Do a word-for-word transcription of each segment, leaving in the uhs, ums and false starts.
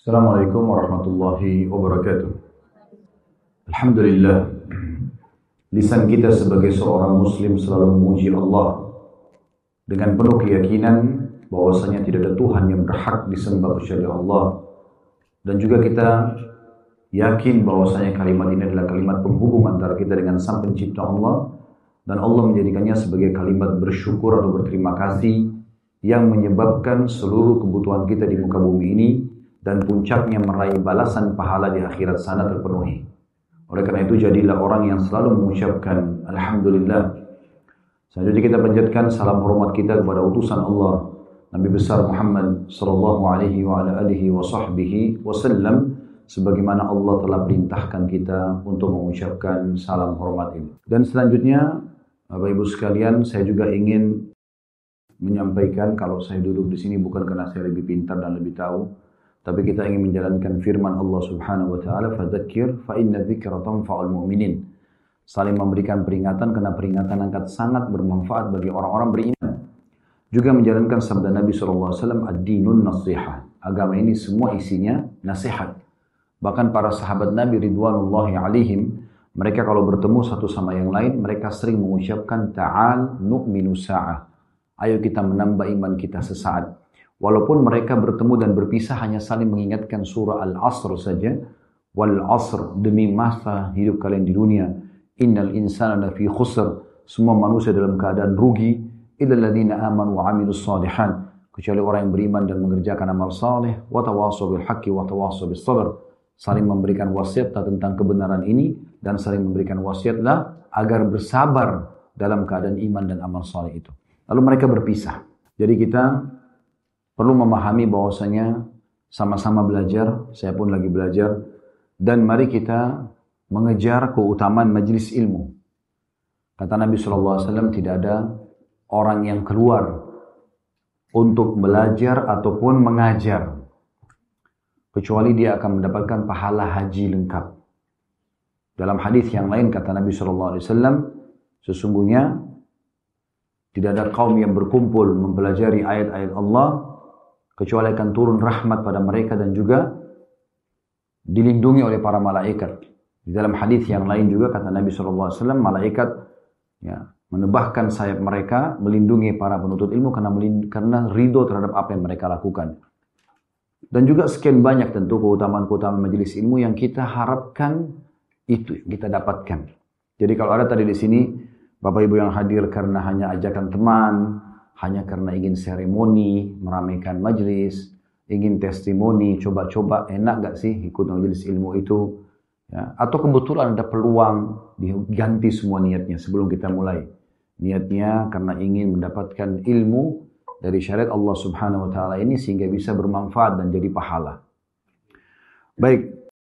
Assalamualaikum warahmatullahi wabarakatuh. Alhamdulillah, lisan kita sebagai seorang muslim selalu memuji Allah dengan penuh keyakinan bahwasanya tidak ada Tuhan yang berhak disembah kecuali Allah, dan juga kita yakin bahwasanya kalimat ini adalah kalimat penghubung antara kita dengan Sang Pencipta Allah, dan Allah menjadikannya sebagai kalimat bersyukur atau berterima kasih yang menyebabkan seluruh kebutuhan kita di muka bumi ini dan puncaknya meraih balasan pahala di akhirat sana terpenuhi. Oleh karena itu jadilah orang yang selalu mengucapkan Alhamdulillah. Selanjutnya kita panjatkan salam hormat kita kepada utusan Allah Nabi besar Muhammad sallallahu alaihi wa ala alihi wa sahbihi wasallam, sebagaimana Allah telah perintahkan kita untuk mengucapkan salam hormat ini. Dan selanjutnya Bapak Ibu sekalian, saya juga ingin menyampaikan kalau saya duduk di sini bukan karena saya lebih pintar dan lebih tahu, tapi kita ingin menjalankan firman Allah Subhanahu wa taala, fadzakir fa inna dzikra tanfa'ul mu'minin. Saling memberikan peringatan karena peringatan akan sangat bermanfaat bagi orang-orang beriman. Juga menjalankan sabda Nabi sallallahu alaihi wasallam, ad-dinun nasiha. Agama ini semua isinya nasihat. Bahkan para sahabat Nabi ridwanullahi alaihim, mereka kalau bertemu satu sama yang lain, mereka sering mengucapkan ta'al nu'minu sa'ah. Ayo kita menambah iman kita sesaat. Walaupun mereka bertemu dan berpisah hanya saling mengingatkan surah Al-Asr saja. Wal asr, demi masa hidup kalian di dunia. Innal insana lafi khusr, semua manusia dalam keadaan rugi. Illal ladzina amanu wa amilus shalihat, kecuali orang yang beriman dan mengerjakan amal saleh. Wa tawassaw bil haqqi wa tawassaw bis sabr, saling memberikan wasiat tentang kebenaran ini dan saling memberikan wasiatlah agar bersabar dalam keadaan iman dan amal saleh itu. Lalu mereka berpisah. Jadi kita perlu memahami bahwasanya sama-sama belajar, saya pun lagi belajar, dan mari kita mengejar keutamaan majelis ilmu. Kata Nabi shallallahu alaihi wasallam, tidak ada orang yang keluar untuk belajar ataupun mengajar kecuali dia akan mendapatkan pahala haji lengkap. Dalam hadis yang lain kata Nabi shallallahu alaihi wasallam, sesungguhnya tidak ada kaum yang berkumpul mempelajari ayat-ayat Allah kecuali akan turun rahmat pada mereka dan juga dilindungi oleh para malaikat. Di dalam hadis yang lain juga kata Nabi shallallahu alaihi wasallam, malaikat ya, menebahkan sayap mereka melindungi para penuntut ilmu karena karena ridho terhadap apa yang mereka lakukan. Dan juga sekian banyak tentu keutamaan-keutamaan majelis ilmu yang kita harapkan itu yang kita dapatkan. Jadi kalau ada tadi di sini Bapak Ibu yang hadir karena hanya ajakan teman, hanya karena ingin seremoni, meramaikan majelis, ingin testimoni, coba-coba enak gak sih ikut majelis ilmu itu, ya? Atau kebetulan ada peluang, diganti semua niatnya sebelum kita mulai. Niatnya karena ingin mendapatkan ilmu dari syariat Allah Subhanahu wa taala ini sehingga bisa bermanfaat dan jadi pahala. Baik.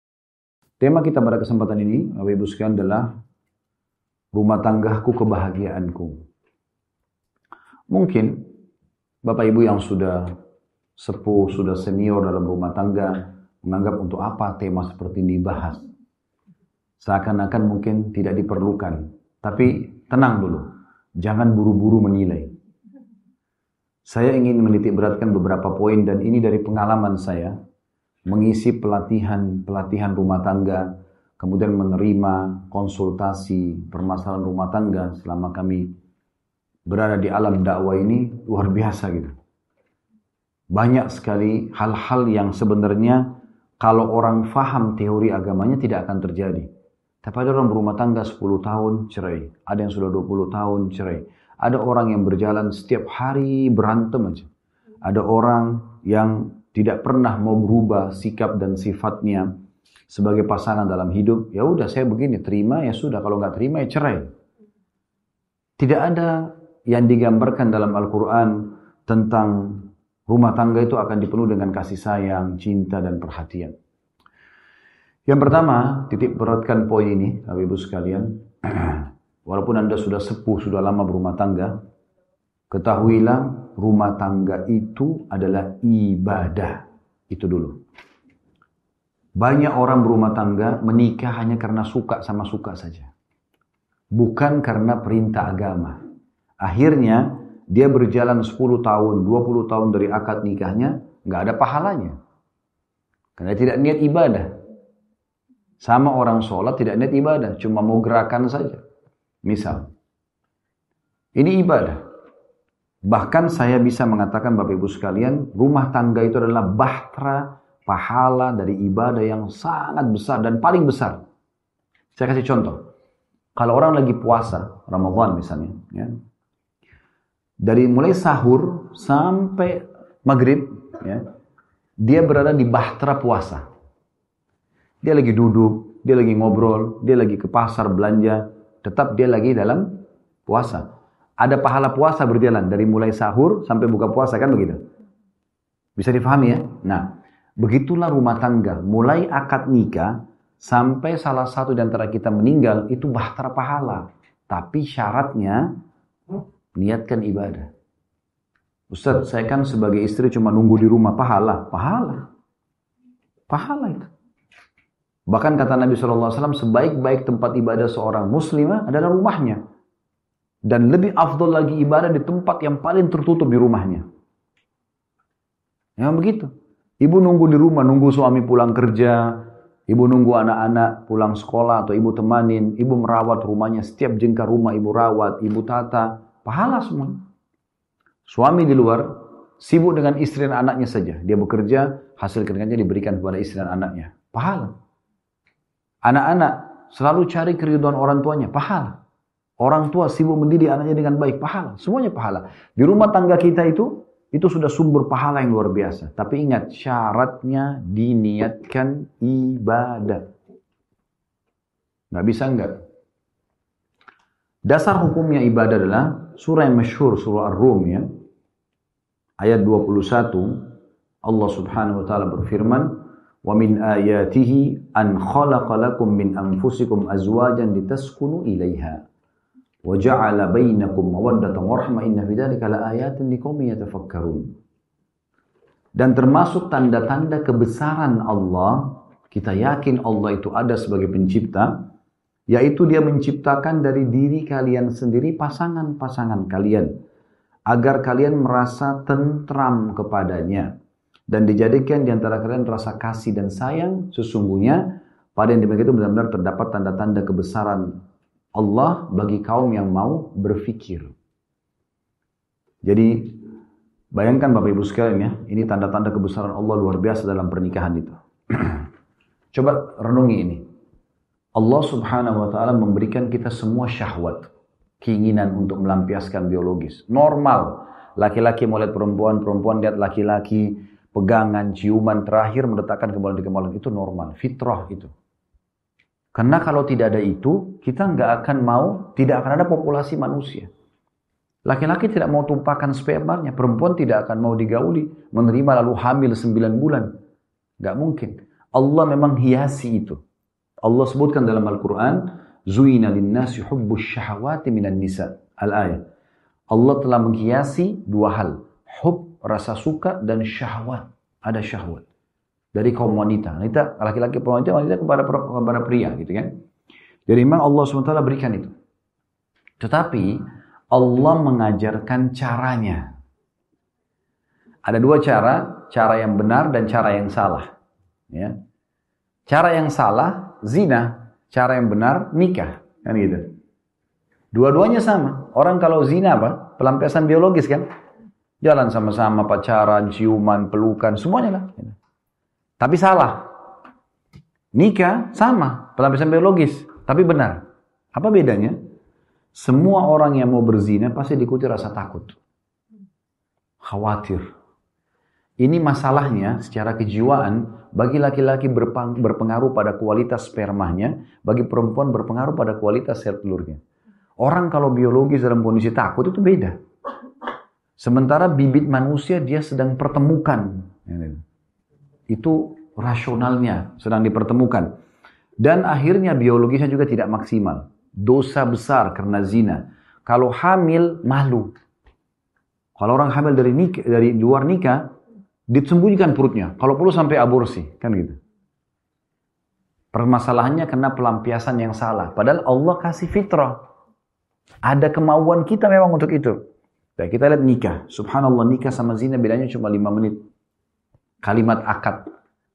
Tema kita pada kesempatan ini, Bapak Ibu sekalian, adalah rumah tanggaku kebahagiaanku. Mungkin Bapak Ibu yang sudah sepuh, sudah senior dalam rumah tangga menganggap untuk apa tema seperti ini dibahas. Seakan-akan mungkin tidak diperlukan. Tapi tenang dulu, jangan buru-buru menilai. Saya ingin menitik beratkan beberapa poin dan ini dari pengalaman saya mengisi pelatihan-pelatihan rumah tangga, kemudian menerima konsultasi permasalahan rumah tangga selama kami berada di alam dakwah ini, luar biasa gitu. Banyak sekali hal-hal yang sebenarnya kalau orang faham teori agamanya tidak akan terjadi. Tapi ada orang berumah tangga sepuluh tahun cerai, ada yang sudah dua puluh tahun cerai. Ada orang yang berjalan setiap hari berantem aja. Ada orang yang tidak pernah mau berubah sikap dan sifatnya sebagai pasangan dalam hidup. Ya udah saya begini, terima ya sudah, kalau nggak terima ya cerai. Tidak ada yang digambarkan dalam Al-Quran tentang rumah tangga itu akan dipenuhi dengan kasih sayang, cinta, dan perhatian. Yang pertama, titik beratkan poin ini, Bapak Ibu sekalian. Walaupun Anda sudah sepuh, sudah lama berumah tangga, ketahuilah rumah tangga itu adalah ibadah. Itu dulu. Banyak orang berumah tangga menikah hanya karena suka sama suka saja. Bukan karena perintah agama. Akhirnya dia berjalan sepuluh tahun, dua puluh tahun dari akad nikahnya, nggak ada pahalanya. Karena dia tidak niat ibadah. Sama orang sholat tidak niat ibadah, cuma mau gerakan saja. Misal, ini ibadah. Bahkan saya bisa mengatakan Bapak Ibu sekalian, rumah tangga itu adalah bahtera pahala dari ibadah yang sangat besar dan paling besar. Saya kasih contoh. Kalau orang lagi puasa, Ramadan misalnya, ya, dari mulai sahur sampai maghrib, ya, dia berada di bahtera puasa. Dia lagi duduk, dia lagi ngobrol, dia lagi ke pasar belanja, tetap dia lagi dalam puasa. Ada pahala puasa berjalan dari mulai sahur sampai buka puasa, kan begitu? Bisa difahami ya? Nah, begitulah rumah tangga. Mulai akad nikah sampai salah satu di antara kita meninggal, itu bahtera pahala. Tapi syaratnya niatkan ibadah. Ustaz, saya kan sebagai istri cuma nunggu di rumah, pahala. Pahala. Pahala itu. Bahkan kata Nabi shallallahu alaihi wasallam, sebaik-baik tempat ibadah seorang muslimah adalah rumahnya. Dan lebih afdol lagi ibadah di tempat yang paling tertutup di rumahnya. Ya begitu. Ibu nunggu di rumah, nunggu suami pulang kerja, ibu nunggu anak-anak pulang sekolah atau ibu temanin, ibu merawat rumahnya, setiap jengkar rumah ibu rawat, ibu tata, pahala semua. Suami di luar, sibuk dengan istri dan anaknya saja. Dia bekerja, hasil kerjanya diberikan kepada istri dan anaknya. Pahala. Anak-anak selalu cari keridhaan orang tuanya, pahala. Orang tua sibuk mendidik anaknya dengan baik, pahala. Semuanya pahala. Di rumah tangga kita itu, itu sudah sumber pahala yang luar biasa. Tapi ingat, syaratnya diniatkan ibadah. Nggak bisa enggak. Dasar hukumnya ibadah adalah surah yang masyhur, surah Ar-Rum ya. Ayat dua puluh satu, Allah Subhanahu wa taala berfirman, "Wa min ayatihi an khalaqa lakum min anfusikum azwajan litaskunu ilaiha wa ja'ala bainakum mawaddatan wa rahmah inna fi dzalika laayatin liqaumin yatafakkarun." Dan termasuk tanda-tanda kebesaran Allah, kita yakin Allah itu ada sebagai pencipta, yaitu dia menciptakan dari diri kalian sendiri pasangan-pasangan kalian agar kalian merasa tentram kepadanya. Dan dijadikan di antara kalian rasa kasih dan sayang, sesungguhnya pada yang demikian itu benar-benar terdapat tanda-tanda kebesaran Allah bagi kaum yang mau berfikir. Jadi bayangkan Bapak Ibu sekalian ya, ini tanda-tanda kebesaran Allah luar biasa dalam pernikahan itu. Coba renungi ini. Allah Subhanahu wa taala memberikan kita semua syahwat, keinginan untuk melampiaskan biologis. Normal. Laki-laki mau lihat perempuan, perempuan lihat laki-laki, pegangan, ciuman, terakhir mendetakkan kemaluan-kemaluan, itu normal, fitrah itu. Karena kalau tidak ada itu, kita nggak akan mau, tidak akan ada populasi manusia. Laki-laki tidak mau tumpahkan spermanya, perempuan tidak akan mau digauli, menerima lalu hamil sembilan bulan. Nggak mungkin. Allah memang hiasi itu. Allah sebutkan dalam Al-Quran, Zuyina linnasi hubbus syahawati minan nisa. Al-ayat. Allah telah menghiasi dua hal. Hub, rasa suka, dan syahwat. Ada syahwat. Dari kaum wanita. Wanita, laki-laki wanita, wanita kepada, kepada pria. Gitu kan. Jadi memang Allah subhanahu wa taala berikan itu. Tetapi, Allah mengajarkan caranya. Ada dua cara. Cara yang benar dan cara yang salah. Ya. Cara yang salah, zina. Cara yang benar, nikah. Kan gitu. Dua-duanya sama. Orang kalau zina apa? Pelampiasan biologis kan? Jalan sama-sama, pacaran, ciuman, pelukan, semuanya lah. Tapi salah. Nikah sama, pelampiasan biologis. Tapi benar. Apa bedanya? Semua orang yang mau berzina pasti diikuti rasa takut. Khawatir. Ini masalahnya secara kejiwaan, bagi laki-laki berpengaruh pada kualitas spermanya, bagi perempuan berpengaruh pada kualitas sel telurnya. Orang kalau biologis dalam kondisi takut itu beda. Sementara bibit manusia dia sedang pertemukan. Itu rasionalnya sedang dipertemukan. Dan akhirnya biologisnya juga tidak maksimal. Dosa besar karena zina. Kalau hamil, malu. Kalau orang hamil dari nikah, dari luar nikah, disembunyikan perutnya. Kalau perlu sampai aborsi. Kan gitu. Permasalahannya karena pelampiasan yang salah. Padahal Allah kasih fitrah. Ada kemauan kita memang untuk itu. Nah, kita lihat nikah. Subhanallah, nikah sama zina bedanya cuma lima menit. Kalimat akad.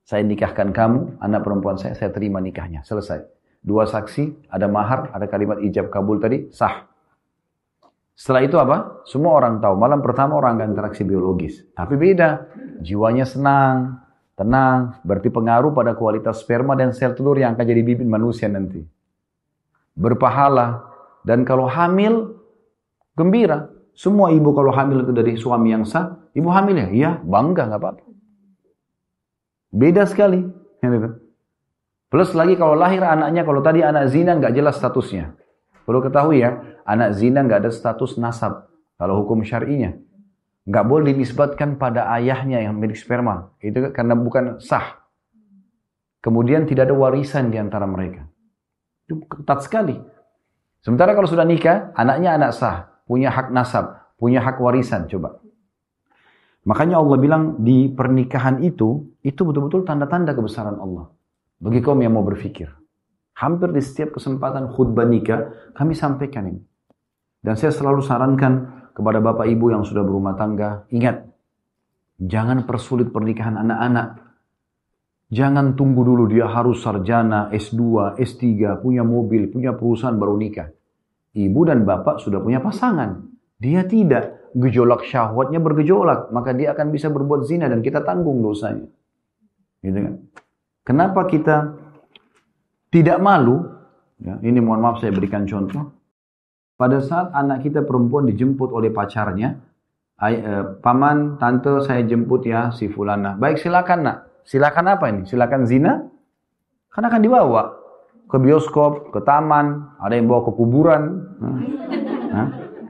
Saya nikahkan kamu, anak perempuan saya, saya terima nikahnya. Selesai. Dua saksi, ada mahar, ada kalimat ijab kabul tadi, sah. Setelah itu apa? Semua orang tahu. Malam pertama orang akan interaksi biologis. Tapi beda. Jiwanya senang, tenang. Berarti pengaruh pada kualitas sperma dan sel telur yang akan jadi bibit manusia nanti. Berpahala. Dan kalau hamil, gembira. Semua ibu kalau hamil itu dari suami yang sah, ibu hamil ya? Iya, bangga, nggak apa-apa. Beda sekali. Plus lagi kalau lahir anaknya, kalau tadi anak zina nggak jelas statusnya. Perlu ketahui ya, anak zina nggak ada status nasab. Kalau hukum syar'inya. Nggak boleh dinisbatkan pada ayahnya yang milik sperma. Itu karena bukan sah. Kemudian tidak ada warisan di antara mereka. Itu ketat sekali. Sementara kalau sudah nikah, anaknya anak sah. Punya hak nasab, punya hak warisan, coba. Makanya Allah bilang di pernikahan itu, itu betul-betul tanda-tanda kebesaran Allah. Bagi kaum yang mau berfikir. Hampir di setiap kesempatan khutbah nikah, kami sampaikan ini. Dan saya selalu sarankan kepada bapak ibu yang sudah berumah tangga, ingat, jangan persulit pernikahan anak-anak. Jangan tunggu dulu dia harus sarjana, S dua, S tiga, punya mobil, punya perusahaan baru nikah. Ibu dan bapak sudah punya pasangan. Dia tidak. Gejolak syahwatnya bergejolak. Maka dia akan bisa berbuat zina dan kita tanggung dosanya. Gitu kan? Kenapa kita tidak malu? Ya, ini mohon maaf saya berikan contoh. Pada saat anak kita perempuan dijemput oleh pacarnya. Ay, eh, paman, tante saya jemput ya si fulana. Baik silakan nak. Silakan apa ini? Silakan zina? Karena akan dibawa. Ke bioskop, ke taman, ada yang bawa ke kuburan. Hah?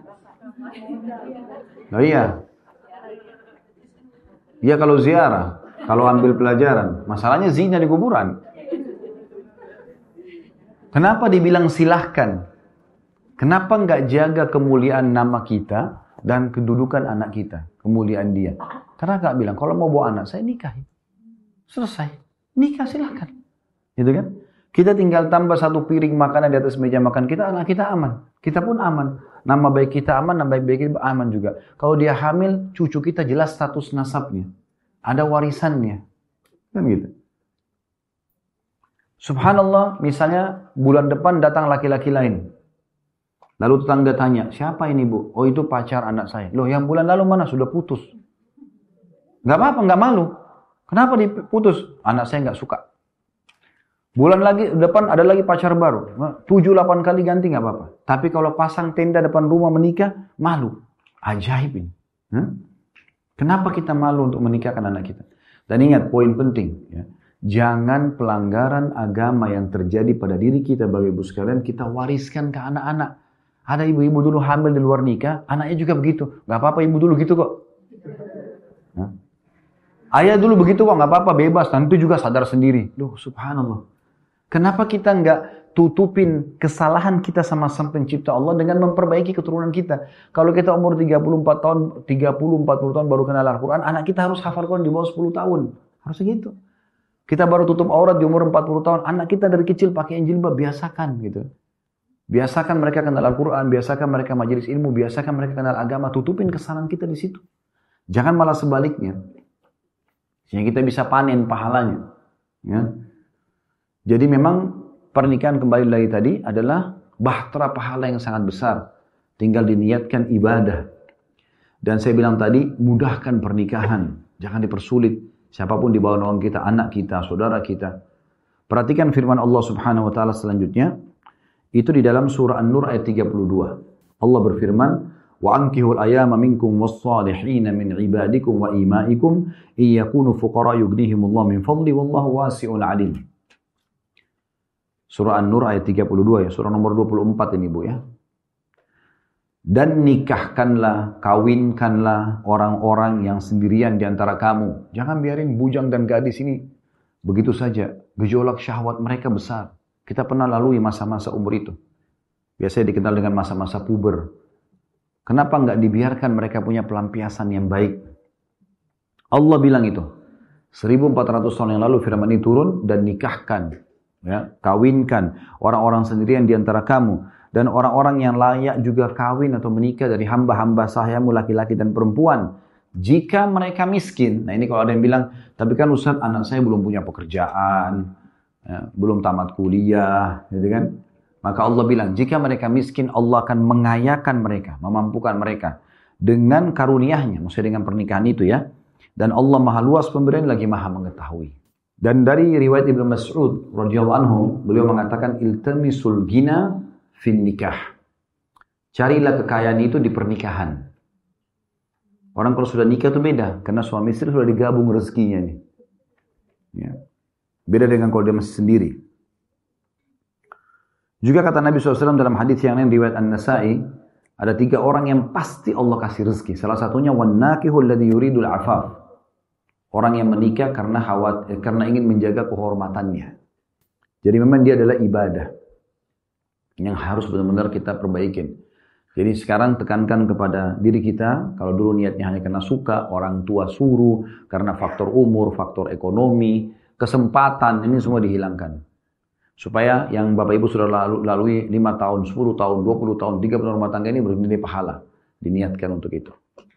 Oh iya. Iya kalau ziarah, kalau ambil pelajaran. Masalahnya zina di kuburan. Kenapa dibilang silahkan? Kenapa nggak jaga kemuliaan nama kita dan kedudukan anak kita, kemuliaan dia? Karena nggak bilang, kalau mau bawa anak saya nikahi. Selesai, nikah silahkan. Gitu kan? Kita tinggal tambah satu piring makanan di atas meja makan kita, anak kita aman. Kita pun aman. Nama baik kita aman, nama baik kita aman juga. Kalau dia hamil, cucu kita jelas status nasabnya. Ada warisannya. Kan gitu. Subhanallah, misalnya bulan depan datang laki-laki lain. Lalu tetangga tanya, siapa ini bu? Oh itu pacar anak saya. Loh yang bulan lalu mana? Sudah putus. Gak apa-apa, gak malu. Kenapa diputus? Anak saya gak suka. Bulan lagi depan ada lagi pacar baru. tujuh delapan kali ganti nggak apa-apa. Tapi kalau pasang tenda depan rumah menikah, malu. Ajaib ini. Hmm? Kenapa kita malu untuk menikahkan anak kita? Dan ingat poin penting. Ya. Jangan pelanggaran agama yang terjadi pada diri kita Bapak Ibu sekalian kita wariskan ke anak-anak. Ada ibu-ibu dulu hamil di luar nikah, anaknya juga begitu. Nggak apa-apa ibu dulu gitu kok. Nah. Ayah dulu begitu kok, nggak apa-apa bebas. Nanti juga sadar sendiri. Loh subhanallah. Kenapa kita nggak tutupin kesalahan kita sama Sang Pencipta Allah dengan memperbaiki keturunan kita? Kalau kita umur tiga puluh empat tahun, tiga puluh sampai empat puluh tahun baru kenal Al-Quran, anak kita harus hafal Quran di bawah sepuluh tahun. Harusnya gitu. Kita baru tutup aurat di umur empat puluh tahun, anak kita dari kecil pakai jilbab, biasakan gitu. Biasakan mereka kenal Al-Quran, biasakan mereka majelis ilmu, biasakan mereka kenal agama, tutupin kesalahan kita di situ. Jangan malah sebaliknya. Sehingga kita bisa panen pahalanya. Ya. Jadi memang pernikahan kembali lagi tadi adalah bahtera pahala yang sangat besar. Tinggal diniatkan ibadah. Dan saya bilang tadi, mudahkan pernikahan. Jangan dipersulit. Siapapun di bawah naungan kita, anak kita, saudara kita. Perhatikan firman Allah subhanahu wa ta'ala selanjutnya. Itu di dalam surah An-Nur ayat tiga puluh dua. Allah berfirman, وَأَنْكِهُ الْأَيَامَ مِنْكُمْ وَالصَّالِحِينَ مِنْ عِبَادِكُمْ وَإِمَائِكُمْ إِنْ يَكُونُوا فُقَرَاءَ يُغْنِيهِمُ اللَّهُ مِنْ فَضْلِهِ وَاللَّهُ وَاسِعٌ عَلِيمٌ. Surah An-Nur ayat tiga puluh dua ya, surah nomor dua puluh empat ini Bu ya. Dan nikahkanlah, kawinkanlah orang-orang yang sendirian di antara kamu. Jangan biarin bujang dan gadis ini begitu saja. Gejolak syahwat mereka besar. Kita pernah lalui masa-masa umur itu. Biasanya dikenal dengan masa-masa puber. Kenapa enggak dibiarkan mereka punya pelampiasan yang baik? Allah bilang itu. seribu empat ratus tahun yang lalu firman ini turun dan nikahkan. Ya, kawinkan orang-orang sendirian di antara kamu dan orang-orang yang layak juga kawin atau menikah dari hamba-hamba sahayamu laki-laki dan perempuan jika mereka miskin. Nah ini kalau ada yang bilang, tapi kan Ustaz anak saya belum punya pekerjaan, ya, belum tamat kuliah, gitu kan? Maka Allah bilang, jika mereka miskin, Allah akan mengayakan mereka, memampukan mereka dengan karunia-Nya, maksudnya dengan pernikahan itu ya. Dan Allah maha luas pemberian lagi maha mengetahui. Dan dari riwayat Ibnu Mas'ud radhiyallahu anhu, beliau mengatakan iltamisul ghina fin nikah. Carilah kekayaan itu di pernikahan. Orang kalau sudah nikah itu beda, karena suami istri sudah digabung rezekinya nih. Ya. Beda dengan kalau dia masih sendiri. Juga kata Nabi shallallahu alaihi wasallam dalam hadis yang lain riwayat An-Nasa'i, ada tiga orang yang pasti Allah kasih rezeki. Salah satunya wan-nakihul ladzi yuridul afaf. Orang yang menikah karena khawatir, karena ingin menjaga kehormatannya. Jadi memang dia adalah ibadah yang harus benar-benar kita perbaikin. Jadi sekarang tekankan kepada diri kita, kalau dulu niatnya hanya karena suka, orang tua suruh, karena faktor umur, faktor ekonomi, kesempatan, ini semua dihilangkan. Supaya yang Bapak Ibu sudah lalu, lalui lima tahun, sepuluh tahun, dua puluh tahun, tiga puluh rumah tangga ini bernilai pahala. Diniatkan untuk itu.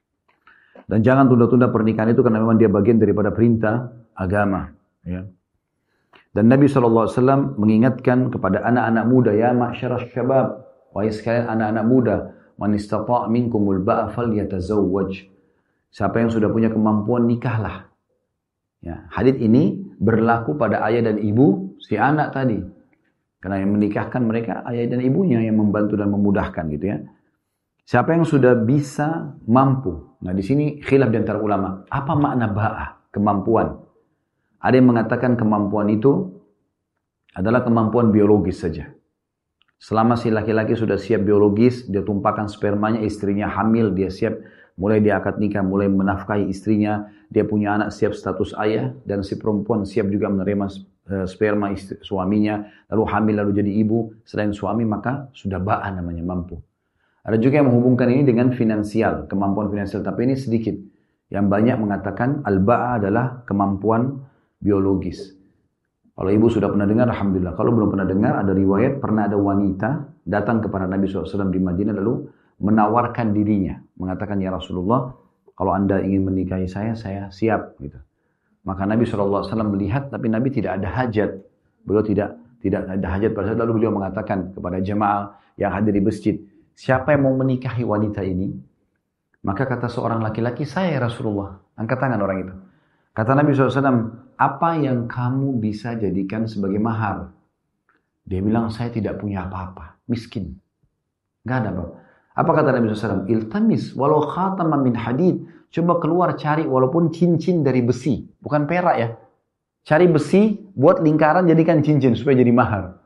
Dan jangan tunda-tunda pernikahan itu karena memang dia bagian daripada perintah agama. Ya. Dan Nabi shallallahu alaihi wasallam mengingatkan kepada anak-anak muda, ya ma'syaras syabab, wahai sekalian anak-anak muda, man istata' minkumul ba'a falyatazawwaj. Siapa yang sudah punya kemampuan nikahlah. Ya, hadits ini berlaku pada ayah dan ibu si anak tadi. Karena yang menikahkan mereka ayah dan ibunya yang membantu dan memudahkan gitu ya. Siapa yang sudah bisa mampu. Nah di sini khilaf di antara ulama. Apa makna ba'a? Kemampuan. Ada yang mengatakan kemampuan itu adalah kemampuan biologis saja. Selama si laki-laki sudah siap biologis, dia tumpahkan spermanya, istrinya hamil, dia siap mulai dia akad nikah, mulai menafkahi istrinya, dia punya anak siap status ayah, dan si perempuan siap juga menerima sperma istri, suaminya, lalu hamil lalu jadi ibu, selain suami maka sudah ba'a namanya, mampu. Ada juga yang menghubungkan ini dengan finansial, kemampuan finansial, tapi ini sedikit. Yang banyak mengatakan al-ba'a adalah kemampuan biologis. Kalau ibu sudah pernah dengar, alhamdulillah. Kalau belum pernah dengar, ada riwayat pernah ada wanita datang kepada Nabi shallallahu alaihi wasallam di Madinah lalu menawarkan dirinya, mengatakan ya Rasulullah, kalau anda ingin menikahi saya, saya siap. Gitu. Maka Nabi shallallahu alaihi wasallam melihat, tapi Nabi tidak ada hajat. Beliau tidak tidak ada hajat pada saat, lalu beliau mengatakan kepada jemaah yang hadir di masjid, siapa yang mau menikahi wanita ini? Maka kata seorang laki-laki, saya ya Rasulullah. Angkat tangan orang itu. Kata Nabi shallallahu alaihi wasallam, apa yang kamu bisa jadikan sebagai mahar? Dia bilang, saya tidak punya apa-apa. Miskin. Gak ada apa-apa. Apa kata Nabi shallallahu alaihi wasallam? Iltamis walau khataman min hadid. Coba keluar cari walaupun cincin dari besi. Bukan perak ya. Cari besi, buat lingkaran jadikan cincin supaya jadi mahar.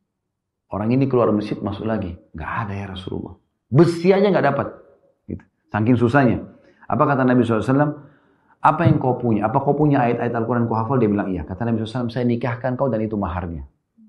Orang ini keluar masjid, masuk lagi. Gak ada ya Rasulullah. Besi aja gak dapat. Gitu. Saking susahnya. Apa kata Nabi shallallahu alaihi wasallam? Apa yang kau punya? Apa kau punya ayat-ayat Al-Quran kau hafal? Dia bilang iya. Kata Nabi shallallahu alaihi wasallam, saya nikahkan kau dan itu maharnya.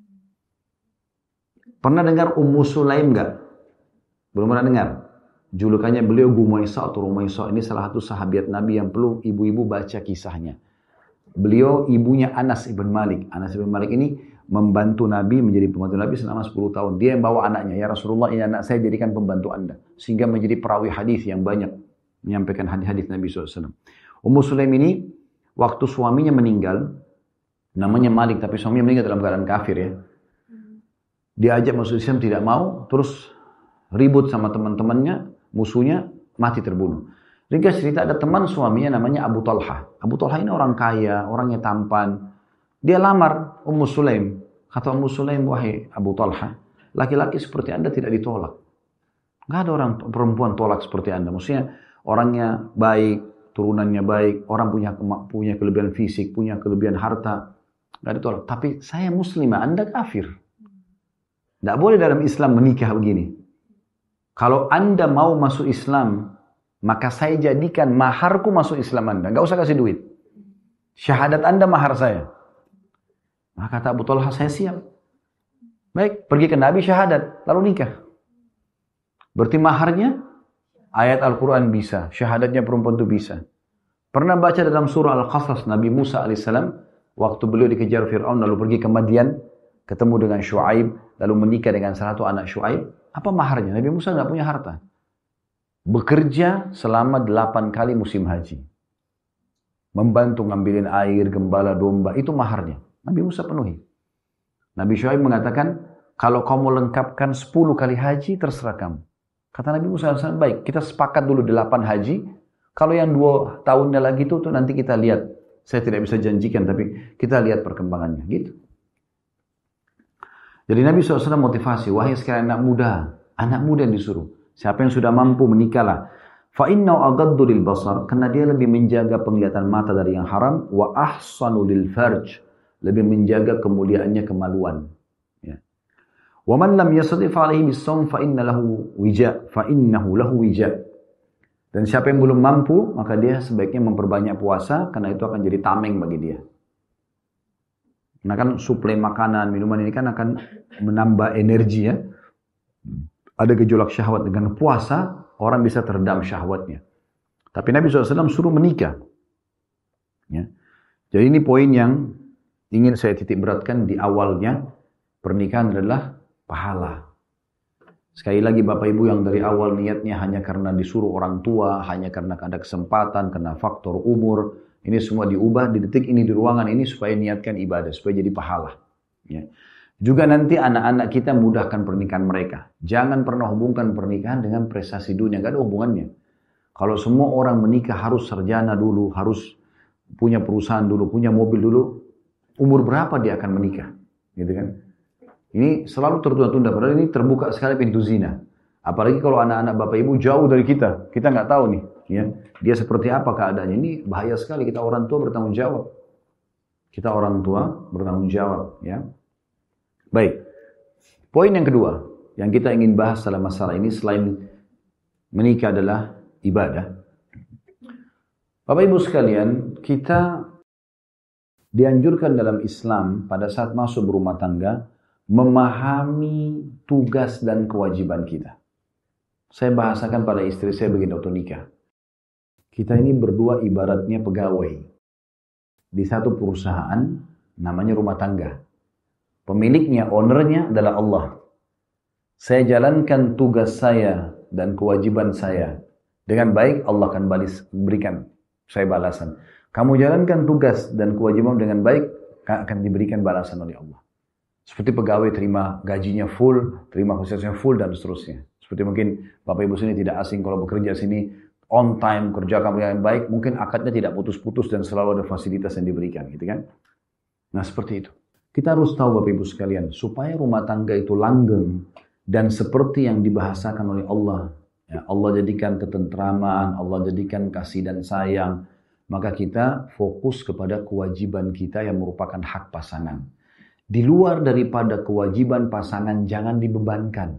Pernah dengar Ummu Sulaim gak? Belum pernah dengar? Julukannya beliau Gumaisa atau Rumaisa. Ini salah satu sahabat Nabi yang perlu ibu-ibu baca kisahnya. Beliau ibunya Anas ibn Malik. Anas ibn Malik ini membantu Nabi, menjadi pembantu Nabi selama sepuluh tahun. Dia yang bawa anaknya. Ya Rasulullah, ini anak saya jadikan pembantu anda. Sehingga menjadi perawi hadis yang banyak. Menyampaikan hadis-hadis Nabi shallallahu alaihi wasallam. Ummu Sulaim ini, waktu suaminya meninggal, namanya Malik, tapi suaminya meninggal dalam keadaan kafir ya. Diajak masuk Islam, tidak mau, terus ribut sama teman-temannya, musuhnya, mati terbunuh. Ringkas cerita, ada teman suaminya namanya Abu Talha. Abu Talha ini orang kaya, orangnya tampan. Dia lamar Ummu Sulaim. Kata Ummu Sulaim, wahai Abu Talha, laki-laki seperti anda tidak ditolak. Gak ada orang perempuan tolak seperti anda. Maksudnya orangnya baik, turunannya baik, orang punya punya kelebihan fisik, punya kelebihan harta, nggak ditolak. Tapi saya muslimah, anda kafir. Nggak boleh dalam Islam menikah begini. Kalau anda mau masuk Islam, maka saya jadikan maharku masuk Islam anda. Nggak usah kasih duit. Syahadat anda mahar saya. Maka kata Abu Talha, saya siap. Baik, pergi ke Nabi syahadat, lalu nikah. Berarti maharnya ayat Al-Quran bisa, syahadatnya perempuan itu bisa. Pernah baca dalam surah Al-Qasas, Nabi Musa alaihissalam, waktu beliau dikejar Fir'aun, lalu pergi ke Madian, ketemu dengan Syuaib, lalu menikah dengan salah satu anak Syuaib. Apa maharnya? Nabi Musa nggak punya harta. bekerja selama delapan kali musim haji. Membantu ngambilin air, gembala domba, itu maharnya. Nabi Musa penuhi. Nabi Syuaib mengatakan, kalau kamu lengkapkan sepuluh kali haji, terserah kamu. Kata Nabi Musa, baik, kita sepakat dulu delapan haji. Kalau yang dua tahunnya lagi itu, tuh nanti kita lihat. Saya tidak bisa janjikan, tapi kita lihat perkembangannya. Gitu. Jadi Nabi shallallahu alaihi wasallam motivasi, wahai sekalian anak muda, anak muda yang disuruh. Siapa yang sudah mampu menikahlah. Fa'innau agaddu lil basar, karena dia lebih menjaga penglihatan mata dari yang haram. Wa ahsanu lil farj, lebih menjaga kemuliaannya kemaluan. Ya. Wa man lam yastati' alaihi bis-shaum fa inna lahu wija, fa innahu lahu wija. Dan siapa yang belum mampu, maka dia sebaiknya memperbanyak puasa, karena itu akan jadi tameng bagi dia. Nah kan suplai makanan, minuman ini kan akan menambah energi ya. Ada gejolak syahwat, dengan puasa orang bisa teredam syahwatnya. Tapi Nabi shallallahu alaihi wasallam suruh menikah. Ya. Jadi ini poin yang ingin saya titik beratkan di awalnya. Pernikahan adalah pahala. Sekali lagi Bapak Ibu yang dari awal niatnya hanya karena disuruh orang tua, hanya karena ada kesempatan, karena faktor umur, ini semua diubah di detik ini di ruangan ini supaya niatkan ibadah, supaya jadi pahala. Ya. Juga nanti anak-anak kita mudahkan pernikahan mereka. Jangan pernah hubungkan pernikahan dengan prestasi dunia, nggak ada hubungannya. Kalau semua orang menikah harus sarjana dulu, harus punya perusahaan dulu, punya mobil dulu, umur berapa dia akan menikah? Gitu kan? Ini selalu tertunda-tunda, padahal ini terbuka sekali pintu zina. Apalagi kalau anak-anak Bapak Ibu jauh dari kita, kita nggak tahu nih, ya dia seperti apa keadaannya. Ini bahaya sekali, kita orang tua bertanggung jawab. Kita orang tua bertanggung jawab, ya. Baik, poin yang kedua yang kita ingin bahas dalam masalah ini selain menikah adalah ibadah. Bapak Ibu sekalian, kita dianjurkan dalam Islam pada saat masuk berumah tangga memahami tugas dan kewajiban kita. Saya bahasakan pada istri saya begitu waktu nikah. Kita ini berdua ibaratnya pegawai di satu perusahaan namanya rumah tangga. Pemiliknya, ownernya adalah Allah. Saya jalankan tugas saya dan kewajiban saya dengan baik, Allah akan balas, berikan saya balasan. Kamu jalankan tugas dan kewajiban dengan baik, akan diberikan balasan oleh Allah. Seperti pegawai terima gajinya full, terima fasilitasnya full, dan seterusnya. Seperti mungkin Bapak Ibu sini tidak asing kalau bekerja sini on time, kerja kamu yang baik, mungkin akadnya tidak putus-putus dan selalu ada fasilitas yang diberikan, gitu kan? Nah seperti itu. Kita harus tahu Bapak Ibu sekalian, supaya rumah tangga itu langgeng dan seperti yang dibahasakan oleh Allah. Ya, Allah jadikan ketentraman, Allah jadikan kasih dan sayang. Maka kita fokus kepada kewajiban kita yang merupakan hak pasangan. Di luar daripada kewajiban pasangan jangan dibebankan.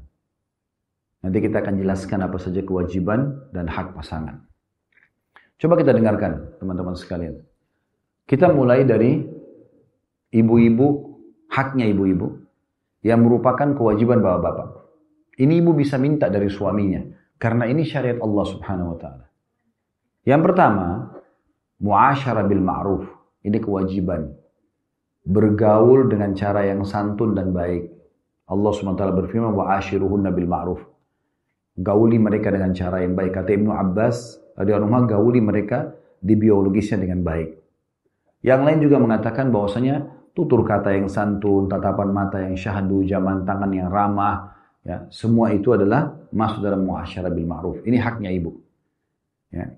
Nanti kita akan jelaskan apa saja kewajiban dan hak pasangan. Coba kita dengarkan teman-teman sekalian. Kita mulai dari ibu-ibu, haknya ibu-ibu, yang merupakan kewajiban bapak-bapak. Ini ibu bisa minta dari suaminya, karena ini syariat Allah subhanahu wa ta'ala. Yang pertama, mu'asyarah bil ma'ruf. Ini kewajiban. Bergaul dengan cara yang santun dan baik. Allah subhanahu wa ta'ala berfirman, wa'ashiruhunna bil ma'ruf. Gauli mereka dengan cara yang baik. Kata Ibnu Abbas, radhiyallahu anhu, gauli mereka di biologisnya dengan baik. Yang lain juga mengatakan bahwasanya tutur kata yang santun, tatapan mata yang syahdu, jaman tangan yang ramah, ya, semua itu adalah masuk dalam muasyarah bil ma'ruf. Ini haknya ibu. Ya.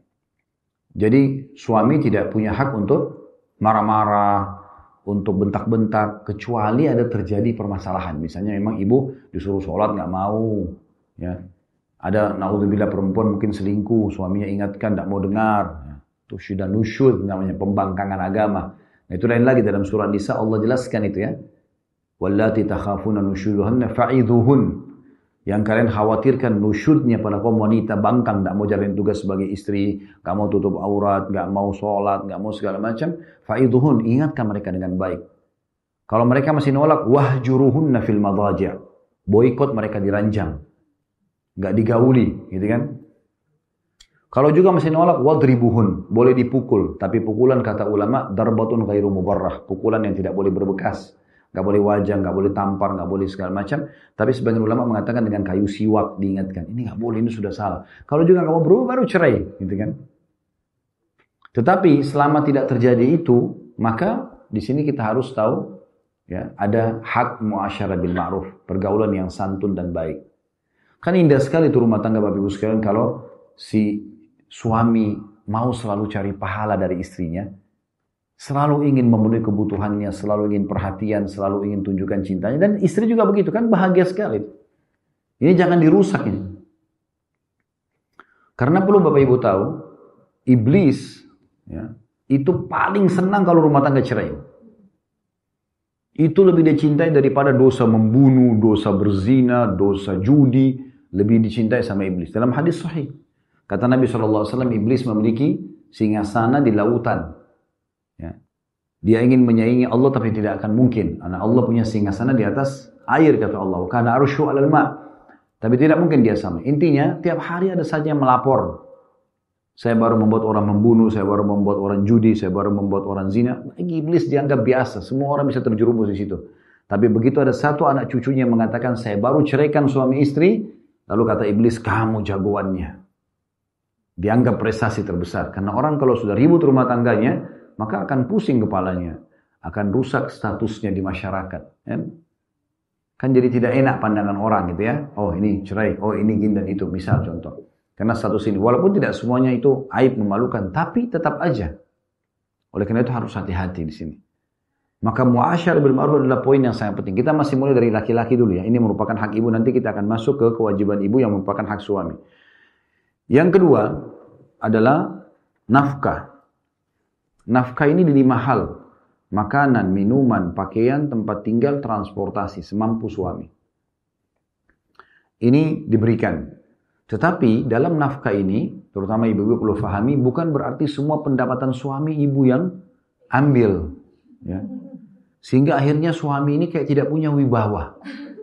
Jadi suami tidak punya hak untuk marah-marah, untuk bentak-bentak, kecuali ada terjadi permasalahan. Misalnya memang ibu disuruh sholat nggak mau, ya. Ada naudzubillah perempuan mungkin selingkuh, suaminya ingatkan tidak mau dengar. Ya. Itu sudah nusyud namanya, pembangkangan agama. Nah, itu lain lagi dalam surah Nisa Allah jelaskan itu ya. Wallati takhafuna nusyuduhunna fa'idhuhun. Yang kalian khawatirkan nusyudnya pada kaum wanita, bangkang, tidak mau jalanin tugas sebagai istri, nggak mau tutup aurat, nggak mau sholat, nggak mau segala macam. Fa'idhuhun, ingatkan mereka dengan baik. Kalau mereka masih nolak, wahjuruhunna fil madaji'. Boikot mereka diranjang. Nggak digauli, gitu kan? Kalau juga masih nolak, wadribuhun, boleh dipukul. Tapi pukulan kata ulama, darbatun ghairu mubarrah, pukulan yang tidak boleh berbekas. nggak boleh wajah, nggak boleh tampar, nggak boleh segala macam. Tapi sebagian ulama mengatakan dengan kayu siwak diingatkan, ini nggak boleh, ini sudah salah. Kalau juga nggak mau berubah baru cerai, gitu kan? Tetapi selama tidak terjadi itu, maka di sini kita harus tahu, ya, ada hak muasyarah bil ma'ruf, pergaulan yang santun dan baik. Kan indah sekali itu rumah tangga Bapak Ibu sekalian kalau si suami mau selalu cari pahala dari istrinya, selalu ingin memenuhi kebutuhannya, selalu ingin perhatian, selalu ingin tunjukkan cintanya, dan istri juga begitu kan, bahagia sekali. Ini jangan dirusak ini. Karena perlu Bapak Ibu tahu, iblis, ya, itu paling senang kalau rumah tangga cerai. Itu lebih dicintai daripada dosa membunuh, dosa berzina, dosa judi, lebih dicintai sama iblis. Dalam hadis sahih, kata Nabi shallallahu alaihi wasallam, iblis memiliki singgasana di lautan. Ya. Dia ingin menyaingi Allah tapi tidak akan mungkin. Karena Allah punya singgasana di atas air, kata Allah. Kana arsyu 'alal ma'. Tapi tidak mungkin dia sama. Intinya tiap hari ada saja yang melapor. Saya baru membuat orang membunuh, saya baru membuat orang judi, saya baru membuat orang zina. Iblis dianggap biasa, semua orang bisa terjerumus di situ. Tapi begitu ada satu anak cucunya yang mengatakan, saya baru ceraikan suami istri, lalu kata iblis, kamu jagoannya. Dianggap prestasi terbesar. Karena orang kalau sudah ribut rumah tangganya, maka akan pusing kepalanya. Akan rusak statusnya di masyarakat. Ya? Kan jadi tidak enak pandangan orang gitu ya. Oh ini cerai, oh ini gini dan itu, misal contoh. Karena status ini, walaupun tidak semuanya itu aib memalukan, tapi tetap aja. Oleh karena itu harus hati-hati di sini. Maka muasyarah bil ma'ruf adalah poin yang sangat penting. Kita masih mulai dari laki-laki dulu ya. Ini merupakan hak ibu, nanti kita akan masuk ke kewajiban ibu yang merupakan hak suami. Yang kedua adalah nafkah. Nafkah ini di lima hal. Makanan, minuman, pakaian, tempat tinggal, transportasi, semampu suami. Ini diberikan. Tetapi dalam nafkah ini, terutama ibu-ibu perlu pahami, bukan berarti semua pendapatan suami ibu yang ambil. Ya. Sehingga akhirnya suami ini kayak tidak punya wibawa.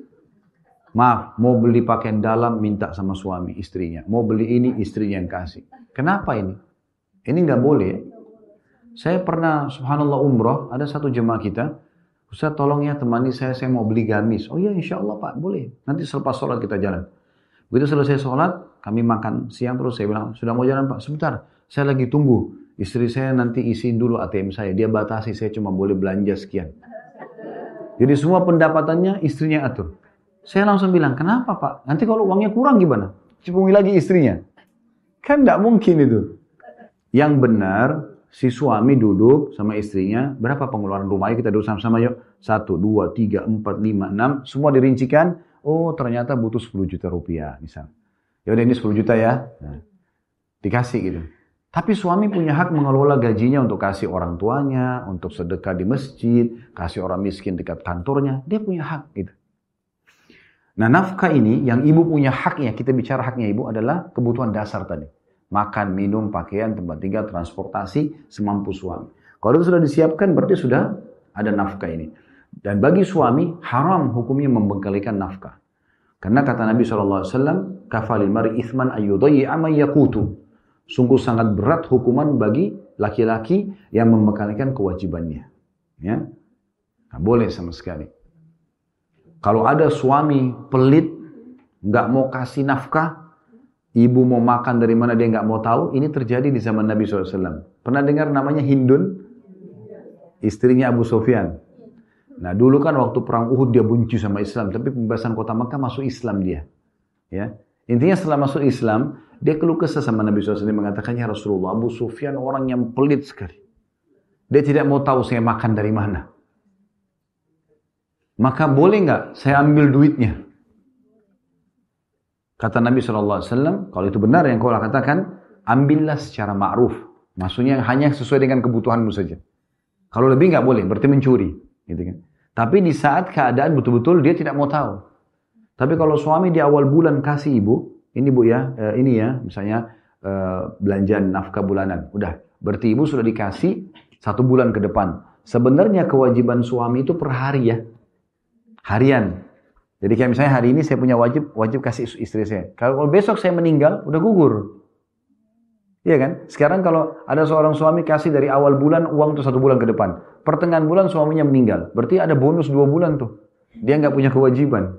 Maaf, mau beli pakaian dalam minta sama suami istrinya. Mau beli ini istrinya yang kasih. Kenapa ini? Ini nggak boleh. Saya pernah, subhanallah umroh, ada satu jemaah kita, Ustaz tolong ya temani saya, saya mau beli gamis. Oh iya insya Allah Pak, boleh. Nanti selepas sholat kita jalan. Begitu selesai sholat, kami makan siang terus, saya bilang, sudah mau jalan Pak? Sebentar, saya lagi tunggu. Istri saya nanti isiin dulu A T M saya. Dia batasi, saya cuma boleh belanja sekian. Jadi semua pendapatannya istrinya atur. Saya langsung bilang, kenapa Pak? Nanti kalau uangnya kurang gimana? Cipungi lagi istrinya. Kan tidak mungkin itu. Yang benar, si suami duduk sama istrinya, berapa pengeluaran rumahnya, kita duduk sama-sama yuk. Satu, dua, tiga, empat, lima, enam, semua dirincikan. Oh ternyata butuh sepuluh juta rupiah misalnya. Ya udah ini sepuluh juta ya. Nah, dikasih gitu. Tapi suami punya hak mengelola gajinya untuk kasih orang tuanya, untuk sedekah di masjid, kasih orang miskin dekat kantornya. Dia punya hak gitu. Nah nafkah ini yang ibu punya haknya, kita bicara haknya ibu adalah kebutuhan dasar tadi. Makan, minum, pakaian, tempat tinggal, transportasi, semampu suami. Kalau itu sudah disiapkan berarti sudah ada nafkah ini. Dan bagi suami, haram hukumnya membengkalikan nafkah. Karena kata Nabi shallallahu alaihi wasallam, kafalil mar'i ithman ayyudayyi'a man yaqutu. Sungguh sangat berat hukuman bagi laki-laki yang membengkalikan kewajibannya. Ya, nggak boleh sama sekali. Kalau ada suami pelit, nggak mau kasih nafkah, ibu mau makan dari mana dia nggak mau tahu, ini terjadi di zaman Nabi shallallahu alaihi wasallam. Pernah dengar namanya Hindun? Istrinya Abu Sufyan. Nah dulu kan waktu perang Uhud dia benci sama Islam, tapi pembebasan kota Makkah masuk Islam dia. Ya, intinya setelah masuk Islam, dia keluh kesah sama Nabi shallallahu alaihi wasallam mengatakannya Rasulullah, Abu Sufyan orang yang pelit sekali. Dia tidak mau tahu saya makan dari mana. Maka boleh nggak saya ambil duitnya? Kata Nabi shallallahu alaihi wasallam, kalau itu benar yang kau katakan, ambillah secara ma'ruf. Maksudnya hanya sesuai dengan kebutuhanmu saja. Kalau lebih nggak boleh, berarti mencuri. Gitu kan? Tapi di saat keadaan betul-betul dia tidak mau tahu. Tapi kalau suami di awal bulan kasih ibu, ini bu ya, eh, ini ya, misalnya eh, belanjaan nafkah bulanan, udah, berarti ibu sudah dikasih satu bulan ke depan. Sebenarnya kewajiban suami itu per hari ya, harian. Jadi kayak misalnya hari ini saya punya wajib, wajib kasih istri saya. Kalau besok saya meninggal, udah gugur. Iya kan? Sekarang kalau ada seorang suami kasih dari awal bulan uang tuh satu bulan ke depan. Pertengahan bulan suaminya meninggal. Berarti ada bonus dua bulan tuh. Dia nggak punya kewajiban.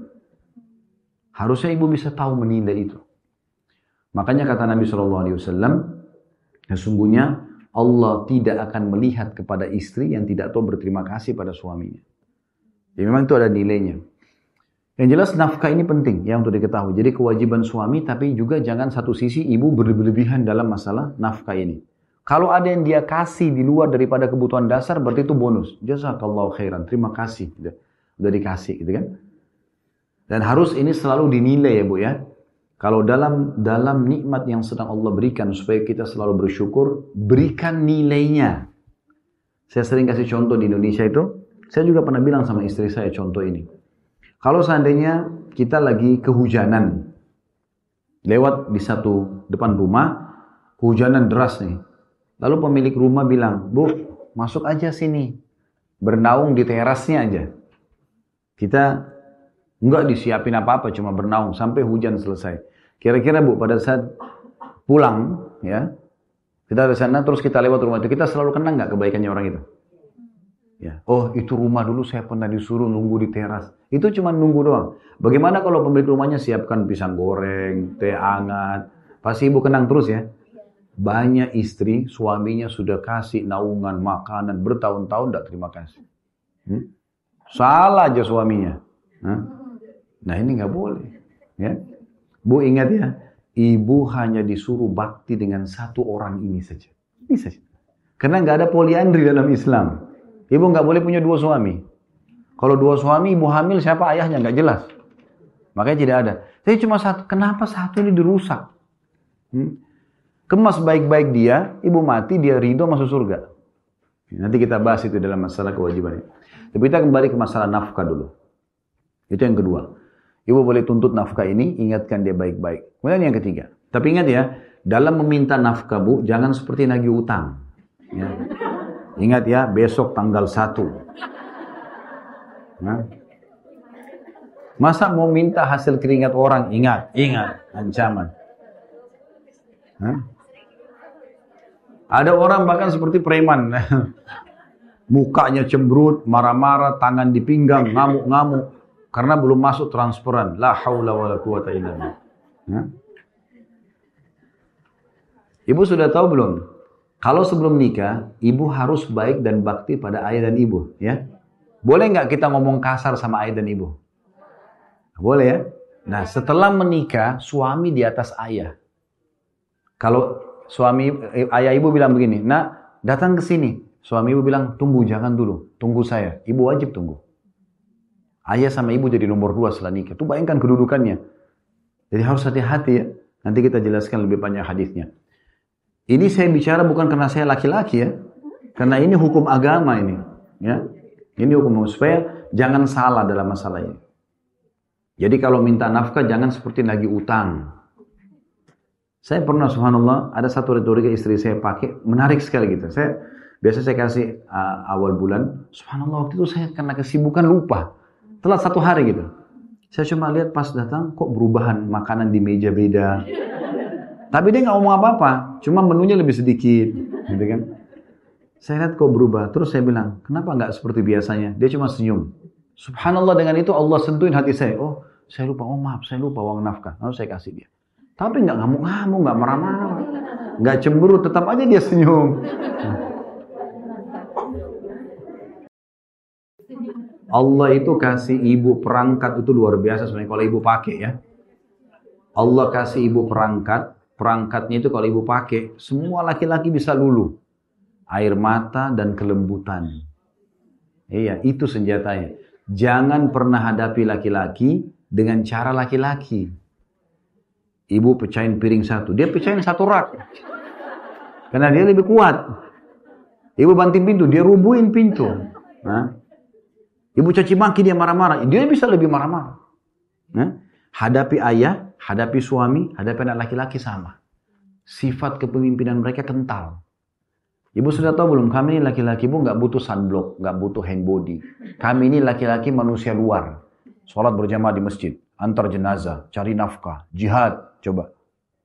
Harusnya ibu bisa tahu menilai itu. Makanya kata Nabi shallallahu alaihi wasallam, sesungguhnya Allah tidak akan melihat kepada istri yang tidak tahu berterima kasih pada suaminya. Ya memang itu ada nilainya. Yang jelas nafkah ini penting ya untuk diketahui. Jadi kewajiban suami, tapi juga jangan satu sisi ibu berlebihan dalam masalah nafkah ini. Kalau ada yang dia kasih di luar daripada kebutuhan dasar, berarti itu bonus. Jazakallahu khairan, terima kasih. Udah, udah dikasih gitu kan. Dan harus ini selalu dinilai ya Bu ya. Kalau dalam dalam nikmat yang sedang Allah berikan supaya kita selalu bersyukur, berikan nilainya. Saya sering kasih contoh di Indonesia itu, saya juga pernah bilang sama istri saya contoh ini. Kalau seandainya kita lagi kehujanan, lewat di satu depan rumah, kehujanan deras nih. Lalu pemilik rumah bilang, Bu, masuk aja sini, bernaung di terasnya aja. Kita enggak disiapin apa-apa, cuma bernaung sampai hujan selesai. Kira-kira Bu, pada saat pulang, ya, kita dari sana terus kita lewat rumah itu, kita selalu kenang nggak kebaikannya orang itu? Ya. Oh, itu rumah dulu saya pernah disuruh nunggu di teras. Itu cuma nunggu doang. Bagaimana kalau pemilik rumahnya siapkan pisang goreng, teh hangat? Pasti ibu kenang terus ya. Banyak istri, suaminya sudah kasih naungan, makanan, bertahun-tahun tidak terima kasih. Hmm? Salah aja suaminya. Hah? Nah ini nggak boleh. Ya. Bu ingat ya, ibu hanya disuruh bakti dengan satu orang ini saja. Ini saja. Karena nggak ada poliandri dalam Islam. Ibu nggak boleh punya dua suami. Kalau dua suami, ibu hamil siapa ayahnya nggak jelas. Makanya tidak ada. Tapi cuma satu. Kenapa satu ini dirusak? Hmm? Kemas baik-baik dia, ibu mati, dia ridho masuk surga. Nanti kita bahas itu dalam masalah kewajibannya. Tapi kita kembali ke masalah nafkah dulu. Itu yang kedua. Ibu boleh tuntut nafkah ini, ingatkan dia baik-baik. Kemudian yang ketiga. Tapi ingat ya, dalam meminta nafkah Bu, jangan seperti nagih utang. Ya. Ingat ya, besok tanggal satu. Nah. Masa mau minta hasil keringat orang? Ingat, ingat, ancaman. Nah. Ada orang bahkan seperti preman. Mukanya cemberut, marah-marah, tangan di pinggang, ngamuk-ngamuk. Karena belum masuk transferan. La haula wa la quwata illa billah. Nah. Ibu sudah tahu belum? Kalau sebelum nikah, ibu harus baik dan bakti pada ayah dan ibu, ya. Boleh nggak kita ngomong kasar sama ayah dan ibu? Boleh ya. Nah, setelah menikah, suami di atas ayah. Kalau suami ayah ibu bilang begini, "Nak, datang ke sini." Suami ibu bilang, "Tunggu, jangan dulu. Tunggu saya." Ibu wajib tunggu. Ayah sama ibu jadi nomor dua setelah nikah. Itu bayangkan kedudukannya. Jadi harus hati-hati ya. Nanti kita jelaskan lebih banyak hadisnya. Ini saya bicara bukan karena saya laki-laki ya. Karena ini hukum agama ini. Ya. Ini hukum supaya jangan salah dalam masalah ini. Jadi kalau minta nafkah jangan seperti lagi utang. Saya pernah subhanallah ada satu retorika istri saya pakai menarik sekali gitu. Saya biasa saya kasih uh, awal bulan. Subhanallah waktu itu saya karena kesibukan lupa. Telat satu hari gitu. Saya cuma lihat pas datang kok berubahan makanan di meja beda. Tapi dia nggak ngomong apa-apa, cuma menunya lebih sedikit, gitu kan? Saya lihat kok berubah, terus saya bilang, kenapa nggak seperti biasanya? Dia cuma senyum. Subhanallah dengan itu Allah sentuhin hati saya. Oh, saya lupa, oh maaf, saya lupa uang nafkah. Lalu saya kasih dia. Tapi nggak ngamuk-ngamuk, nggak marah-marah, nggak cemburu, tetap aja dia senyum. Allah itu kasih ibu perangkat itu luar biasa sebenarnya kalau ibu pakai ya. Allah kasih ibu perangkat. Perangkatnya itu kalau ibu pakai, semua laki-laki bisa luluh. Air mata dan kelembutan. Iya, itu senjatanya. Jangan pernah hadapi laki-laki dengan cara laki-laki. Ibu pecahin piring satu, dia pecahin satu rak. Karena dia lebih kuat. Ibu banting pintu, dia rubuhin pintu. Nah. Ibu caci maki, dia marah-marah. Dia bisa lebih marah-marah. Nah. Hadapi ayah, hadapi suami, hadapi anak laki-laki sama. Sifat kepemimpinan mereka kental. Ibu sudah tahu belum? Kami ini laki-laki bu nggak butuh sunblock, nggak butuh hand body. Kami ini laki-laki manusia luar. Sholat berjamaah di masjid, antar jenazah, cari nafkah, jihad, coba.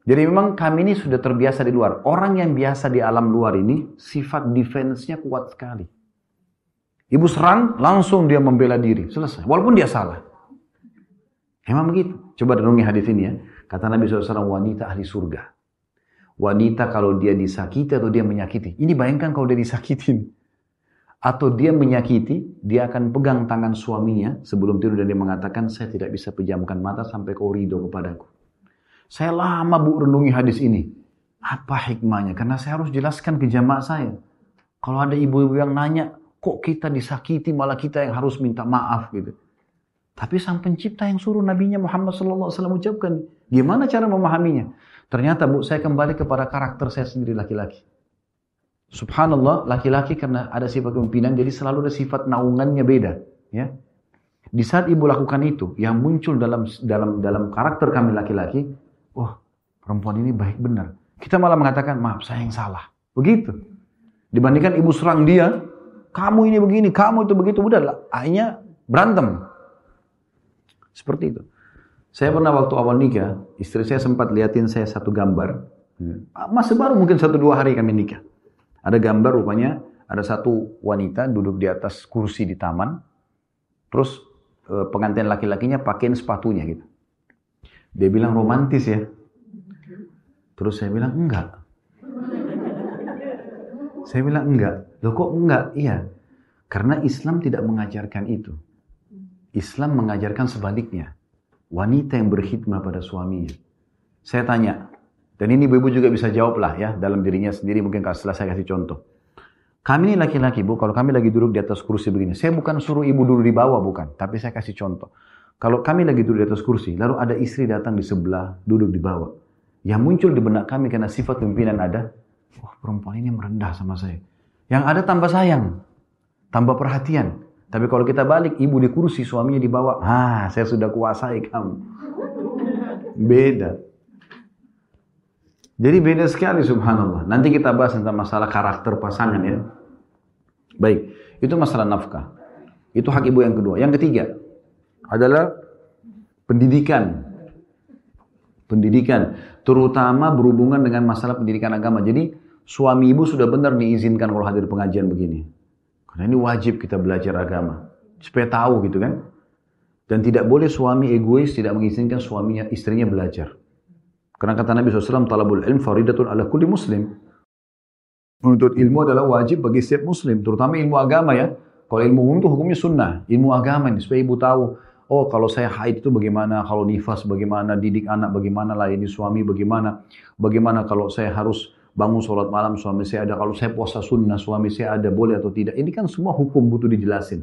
Jadi memang kami ini sudah terbiasa di luar. Orang yang biasa di alam luar ini, sifat defense-nya kuat sekali. Ibu serang, langsung dia membela diri. Selesai. Walaupun dia salah. Memang begitu. Coba renungi hadis ini ya. Kata Nabi shallallahu alaihi wasallam, wanita ahli surga. Wanita kalau dia disakiti atau dia menyakiti. Ini bayangkan kalau dia disakitin. Atau dia menyakiti, dia akan pegang tangan suaminya sebelum tidur dan dia mengatakan, saya tidak bisa pejamkan mata sampai kau ridho kepadaku. Saya lama bu renungi hadis ini. Apa hikmahnya? Karena saya harus jelaskan ke jamaah saya. Kalau ada ibu-ibu yang nanya, kok kita disakiti malah kita yang harus minta maaf gitu. Tapi sang pencipta yang suruh nabinya Muhammad shallallahu alaihi wasallam ucapkan. Gimana cara memahaminya? Ternyata bu, saya kembali kepada karakter saya sendiri laki-laki. Subhanallah, laki-laki karena ada sifat kepemimpinan, jadi selalu ada sifat naungannya beda. Ya. Di saat ibu lakukan itu, yang muncul dalam dalam dalam karakter kami laki-laki, wah perempuan ini baik benar. Kita malah mengatakan, maaf saya yang salah. Begitu. Dibandingkan ibu serang dia, kamu ini begini, kamu itu begitu, udah akhirnya berantem. Seperti itu. Saya pernah waktu awal nikah, istri saya sempat liatin saya satu gambar. Masih baru mungkin satu dua hari kami nikah. Ada gambar rupanya, ada satu wanita duduk di atas kursi di taman. Terus pengantin laki-lakinya pakein sepatunya gitu. Dia bilang romantis ya. Terus saya bilang enggak. Saya bilang enggak. Loh kok enggak? Iya. Karena Islam tidak mengajarkan itu. Islam mengajarkan sebaliknya. Wanita yang berkhidmah pada suaminya. Saya tanya. Dan ini ibu-ibu juga bisa jawab lah ya. Dalam dirinya sendiri mungkin setelah saya kasih contoh. Kami ini laki-laki bu. Kalau kami lagi duduk di atas kursi begini. Saya bukan suruh ibu duduk di bawah bukan. Tapi saya kasih contoh. Kalau kami lagi duduk di atas kursi. Lalu ada istri datang di sebelah. Duduk di bawah. Yang muncul di benak kami karena sifat pimpinan ada. Wah perempuan ini merendah sama saya. Yang ada tambah sayang. Tambah perhatian. Tapi kalau kita balik. Ibu di kursi suaminya di bawah. Ah saya sudah kuasai kamu. Beda. Jadi beda sekali subhanallah. Nanti kita bahas tentang masalah karakter pasangan ya. Baik, itu masalah nafkah. Itu hak ibu yang kedua. Yang ketiga adalah pendidikan. Pendidikan, terutama berhubungan dengan masalah pendidikan agama. Jadi suami ibu sudah benar diizinkan kalau hadir pengajian begini. Karena ini wajib kita belajar agama. Supaya tahu gitu kan. Dan tidak boleh suami egois tidak mengizinkan suaminya, istrinya belajar. Karena kata Nabi shallallahu alaihi wasallam, talabul ilm faridatun ala kulli muslim. Menuntut ilmu adalah wajib bagi setiap muslim, terutama ilmu agama ya. Kalau ilmu umum itu hukumnya sunnah, ilmu agama ini supaya ibu tahu, oh kalau saya haid itu bagaimana, kalau nifas bagaimana, didik anak bagaimana, layani suami bagaimana, bagaimana kalau saya harus bangun sholat malam suami saya ada, kalau saya puasa sunnah suami saya ada, boleh atau tidak. Ini kan semua hukum butuh dijelasin.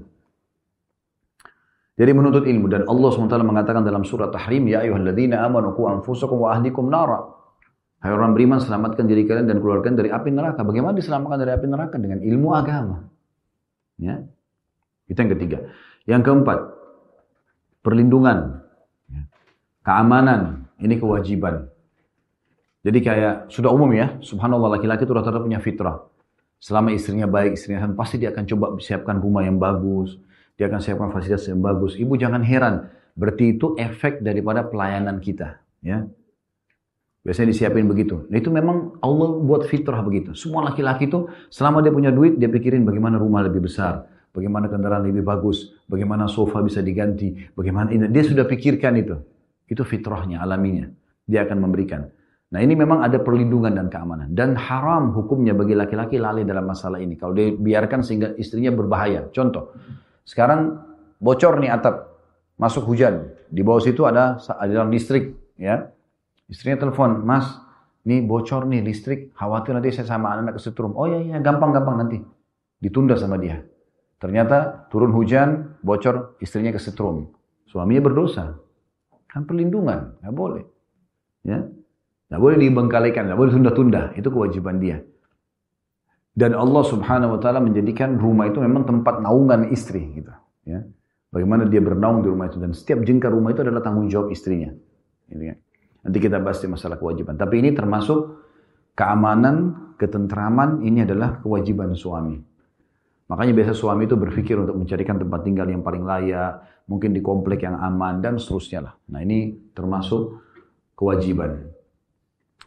Jadi menuntut ilmu. Dan Allah subhanahu wa taala mengatakan dalam surat Tahrim, Ya ayyuhalladzina amanu qu anfusakum wa ahlikum nara. Hai orang beriman, selamatkan diri kalian dan keluarkan dari api neraka. Bagaimana diselamatkan dari api neraka? Dengan ilmu agama. Ya. Itu yang ketiga. Yang keempat, perlindungan. Keamanan. Ini kewajiban. Jadi kayak, sudah umum ya, subhanallah laki-laki itu rata-rata punya fitrah. Selama istrinya baik, istrinya pasti dia akan coba siapkan rumah yang bagus. Dia akan siapkan fasilitas yang bagus. Ibu jangan heran. Berarti itu efek daripada pelayanan kita. Ya. Biasanya disiapin begitu. Nah, itu memang Allah buat fitrah begitu. Semua laki-laki itu selama dia punya duit, dia pikirin bagaimana rumah lebih besar. Bagaimana kendaraan lebih bagus. Bagaimana sofa bisa diganti. Bagaimana ini. Dia sudah pikirkan itu. Itu fitrahnya, alaminya. Dia akan memberikan. Nah ini memang ada perlindungan dan keamanan. Dan haram hukumnya bagi laki-laki lalai dalam masalah ini. Kalau dia biarkan sehingga istrinya berbahaya. Contoh. Sekarang bocor nih atap, masuk hujan. Di bawah situ ada aliran listrik, ya. Istrinya telepon, Mas, nih bocor nih listrik, khawatir nanti saya sama anak-anak kesetrum. Oh iya iya, gampang-gampang nanti. Ditunda sama dia. Ternyata turun hujan, bocor, istrinya kesetrum. Suaminya berdosa. Kan perlindungan, nggak boleh. Ya, nggak boleh dibengkalikan, nggak boleh tunda-tunda. Itu kewajiban dia. Dan Allah subhanahu wa ta'ala menjadikan rumah itu memang tempat naungan istri. Gitu, ya. Bagaimana dia bernaung di rumah itu. Dan setiap jengkar rumah itu adalah tanggung jawab istrinya. Gitu, ya. Nanti kita bahas di masalah kewajiban. Tapi ini termasuk keamanan, ketentraman. Ini adalah kewajiban suami. Makanya biasa suami itu berpikir untuk mencarikan tempat tinggal yang paling layak. Mungkin di komplek yang aman dan seterusnya lah. Nah ini termasuk kewajiban.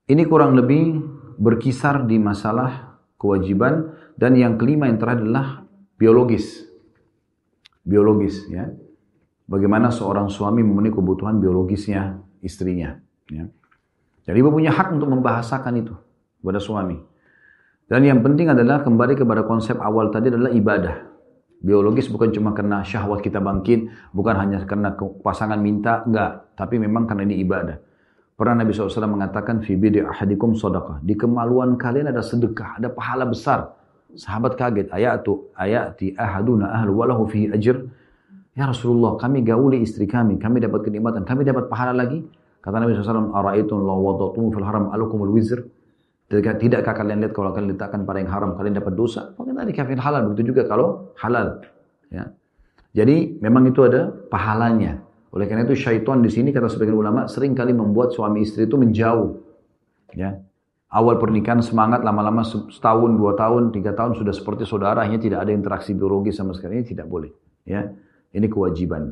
Ini kurang lebih berkisar di masalah kewajiban. Dan yang kelima yang terakhir adalah biologis. Biologis ya. Bagaimana seorang suami memenuhi kebutuhan biologisnya istrinya. Ya. Jadi ibu punya hak untuk membahasakan itu kepada suami. Dan yang penting adalah kembali kepada konsep awal tadi adalah ibadah. Biologis bukan cuma karena syahwat kita bangkit, bukan hanya karena pasangan minta, enggak. Tapi memang karena ini ibadah. Pernah Nabi shallallahu alaihi wasallam mengatakan, Fi bidi ahadikum sadaqah. Di kemaluan kalian ada sedekah, ada pahala besar. Sahabat kaget, ayatu ayati ahaduna ahlu walahu fi ajr. Ya Rasulullah, kami gauli istri kami, kami dapat kenikmatan, kami dapat pahala lagi. Kata Nabi shallallahu alaihi wasallam, ara'aitun law wada'tum fil haram alukumul wizr. Tidakkah kalian lihat kalau kalian letakkan pada yang haram, kalian dapat dosa? Maka tadi kafir halal, begitu juga kalau halal. Ya. Jadi memang itu ada pahalanya. Oleh karena itu syaitan di sini kata sebagian ulama sering kali membuat suami istri itu menjauh. Ya. Awal pernikahan semangat, lama-lama setahun, dua tahun, tiga tahun sudah seperti saudara, hanya tidak ada interaksi biologis sama sekali. Ini tidak boleh. Ya. Ini kewajiban.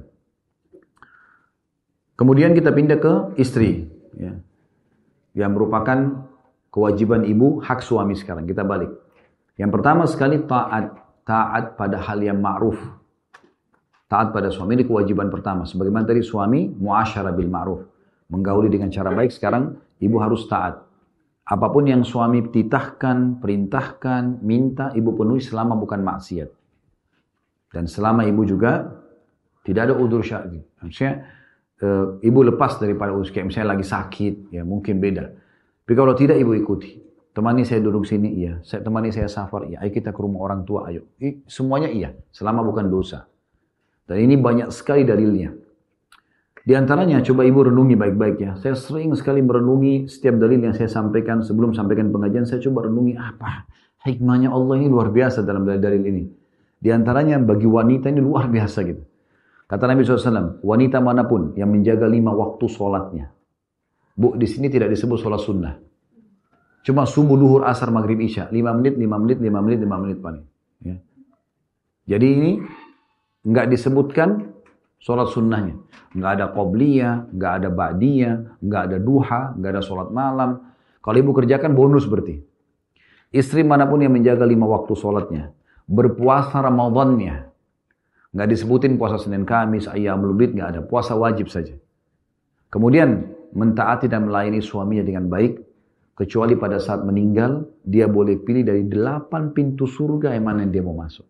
Kemudian kita pindah ke istri. Ya. Yang merupakan kewajiban ibu, hak suami sekarang. Kita balik. Yang pertama sekali taat. Taat pada hal yang ma'ruf. Taat pada suami ini kewajiban pertama. Sebagaimana tadi suami muasyarah bil ma'ruf. Menggauli dengan cara baik, sekarang ibu harus taat. Apapun yang suami titahkan, perintahkan, minta, ibu penuhi selama bukan maksiat. Dan selama ibu juga tidak ada udzur syar'i. Maksudnya e, ibu lepas daripada udzur, kayak misalnya lagi sakit, ya mungkin beda. Tapi kalau tidak ibu ikuti. Temani saya duduk sini, iya. Saya temani saya safar, iya. Ayo kita ke rumah orang tua, ayo. I, semuanya iya, selama bukan dosa. Dan ini banyak sekali dalilnya. Di antaranya coba ibu renungi baik-baik ya. Saya sering sekali merenungi setiap dalil yang saya sampaikan. Sebelum sampaikan pengajian saya coba renungi apa. Hikmahnya Allah ini luar biasa dalam dalil ini. Di antaranya bagi wanita ini luar biasa gitu. Kata Nabi shallallahu alaihi wasallam, wanita manapun yang menjaga lima waktu sholatnya. Bu, di sini tidak disebut sholat sunnah. Cuma subuh, duhur, asar, maghrib, isya. Lima menit, lima menit, lima menit, lima menit paling. Ya. Jadi ini enggak disebutkan sholat sunnahnya. Enggak ada qobliyah, enggak ada ba'diyah, enggak ada duha, enggak ada sholat malam. Kalau ibu kerjakan bonus berarti. Istri manapun yang menjaga lima waktu sholatnya. Berpuasa Ramadannya. Enggak disebutin puasa Senin Kamis, Ayyamul Bid, enggak ada. Puasa wajib saja. Kemudian mentaati dan melayani suaminya dengan baik. Kecuali pada saat meninggal, dia boleh pilih dari delapan pintu surga yang mana yang dia mau masuk.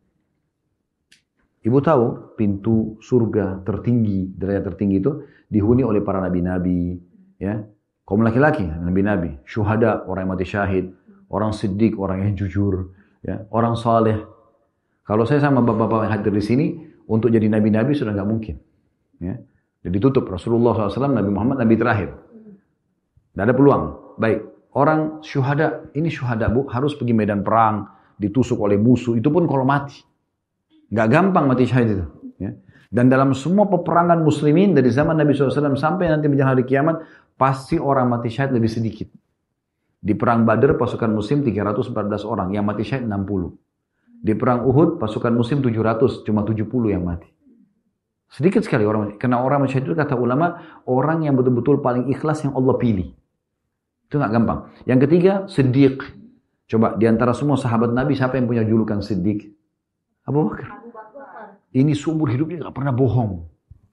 Ibu tahu pintu surga tertinggi, derajat tertinggi itu dihuni oleh para nabi-nabi, ya. Kaum laki-laki, nabi-nabi, syuhada, orang yang mati syahid, orang siddiq, orang yang jujur, ya, orang saleh. Kalau saya sama bapak-bapak yang hadir di sini, untuk jadi nabi-nabi sudah nggak mungkin, ya. Jadi tutup Rasulullah shallallahu alaihi wasallam, Nabi Muhammad, nabi terakhir. Tidak ada peluang. Baik, orang syuhada, ini syuhada bu, harus pergi medan perang, ditusuk oleh musuh, itu pun kalau mati. Gak gampang mati syahid itu. Ya. Dan dalam semua peperangan muslimin dari zaman Nabi shallallahu alaihi wasallam sampai nanti menjelang hari kiamat, pasti orang mati syahid lebih sedikit. Di perang Badar pasukan muslim tiga ratus empat belas orang, yang mati syahid enam puluh. Di perang Uhud pasukan muslim tujuh ratus, cuma tujuh puluh yang mati. Sedikit sekali orang mati. Karena orang mati syahid itu kata ulama, orang yang betul-betul paling ikhlas yang Allah pilih. Itu gak gampang. Yang ketiga, Siddiq. Coba di antara semua sahabat Nabi siapa yang punya julukan Siddiq? Abu Bakar. Ini seumur hidupnya gak pernah bohong.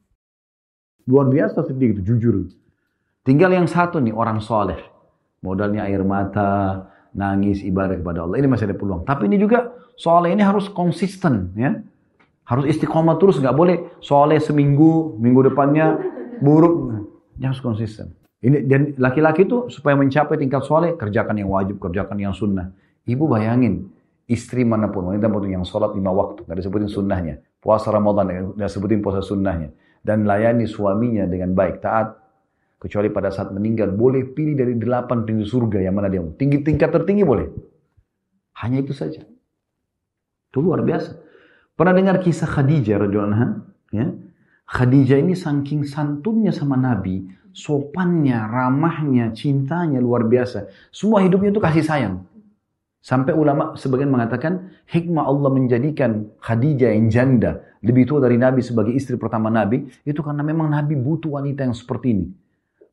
Luar biasa Siddiq itu, jujur. Tinggal yang satu nih, orang soleh. Modalnya air mata, nangis, ibadah kepada Allah. Ini masih ada peluang. Tapi ini juga, soleh ini harus konsisten. Ya. Harus istiqomah terus, gak boleh soleh seminggu, minggu depannya buruk. Dia harus konsisten. Ini, dan laki-laki itu supaya mencapai tingkat soleh, kerjakan yang wajib, kerjakan yang sunnah. Ibu bayangin. Istri manapun, wanita manapun yang sholat lima waktu, nggak disebutin sunnahnya. Puasa Ramadan, nggak disebutin puasa sunnahnya. Dan layani suaminya dengan baik, taat. Kecuali pada saat meninggal, boleh pilih dari delapan pintu surga yang mana dia mau. Tinggi, tingkat tertinggi boleh. Hanya itu saja. Itu luar biasa. Pernah dengar kisah Khadijah radhiyallahu anha? Ya? Khadijah ini saking santunnya sama Nabi, sopannya, ramahnya, cintanya luar biasa. Semua hidupnya itu kasih sayang. Sampai ulama sebagian mengatakan hikmah Allah menjadikan Khadijah yang janda lebih tua dari Nabi sebagai istri pertama Nabi itu karena memang Nabi butuh wanita yang seperti ini.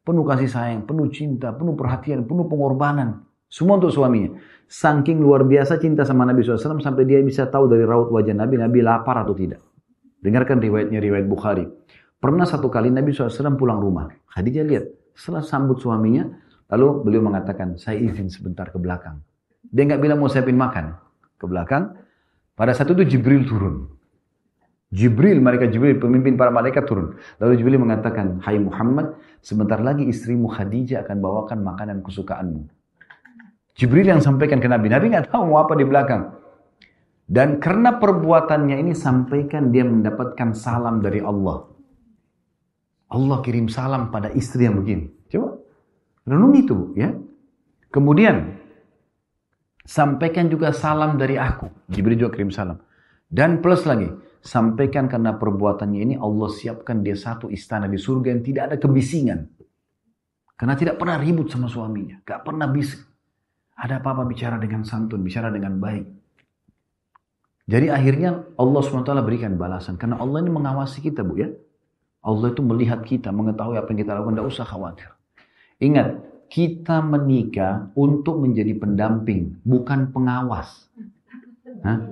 Penuh kasih sayang, penuh cinta, penuh perhatian, penuh pengorbanan. Semua untuk suaminya. Saking luar biasa cinta sama Nabi shallallahu alaihi wasallam sampai dia bisa tahu dari raut wajah Nabi, Nabi lapar atau tidak. Dengarkan riwayatnya, riwayat Bukhari. Pernah satu kali Nabi shallallahu alaihi wasallam pulang rumah. Khadijah lihat, setelah sambut suaminya, lalu beliau mengatakan, saya izin sebentar ke belakang. Dia nggak bilang mau siapin makan. Ke belakang, pada saat itu Jibril turun. Jibril, malaikat Jibril, pemimpin para malaikat turun. Lalu Jibril mengatakan, hai Muhammad, sebentar lagi istrimu Khadijah akan bawakan makanan kesukaanmu. Jibril yang sampaikan ke Nabi. Nabi nggak tahu mau apa di belakang. Dan karena perbuatannya ini sampaikan dia mendapatkan salam dari Allah. Allah kirim salam pada istri yang begini. Coba renung itu, ya. Kemudian sampaikan juga salam dari aku. Jibril juga kirim salam. Dan plus lagi, sampaikan karena perbuatannya ini Allah siapkan dia satu istana di surga yang tidak ada kebisingan. Karena tidak pernah ribut sama suaminya, gak pernah bisik. Ada apa-apa bicara dengan santun, bicara dengan baik. Jadi akhirnya Allah subhanahu wa taala berikan balasan. Karena Allah ini mengawasi kita, Bu, ya. Allah itu melihat kita, mengetahui apa yang kita lakukan, tidak usah khawatir. Ingat, kita menikah untuk menjadi pendamping, bukan pengawas. Hah?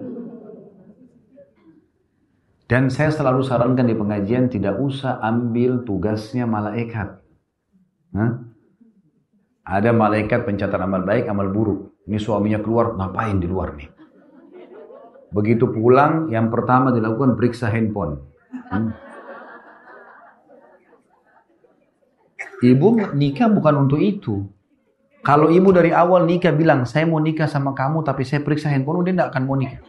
Dan saya selalu sarankan di pengajian, tidak usah ambil tugasnya malaikat. Hah? Ada malaikat pencatat amal baik, amal buruk. Ini suaminya keluar, ngapain di luar nih? Begitu pulang, yang pertama dilakukan periksa handphone. Hmm. Ibu nikah bukan untuk itu. Kalau ibu dari awal nikah bilang, saya mau nikah sama kamu, tapi saya periksa handphone, dia tidak akan mau nikah.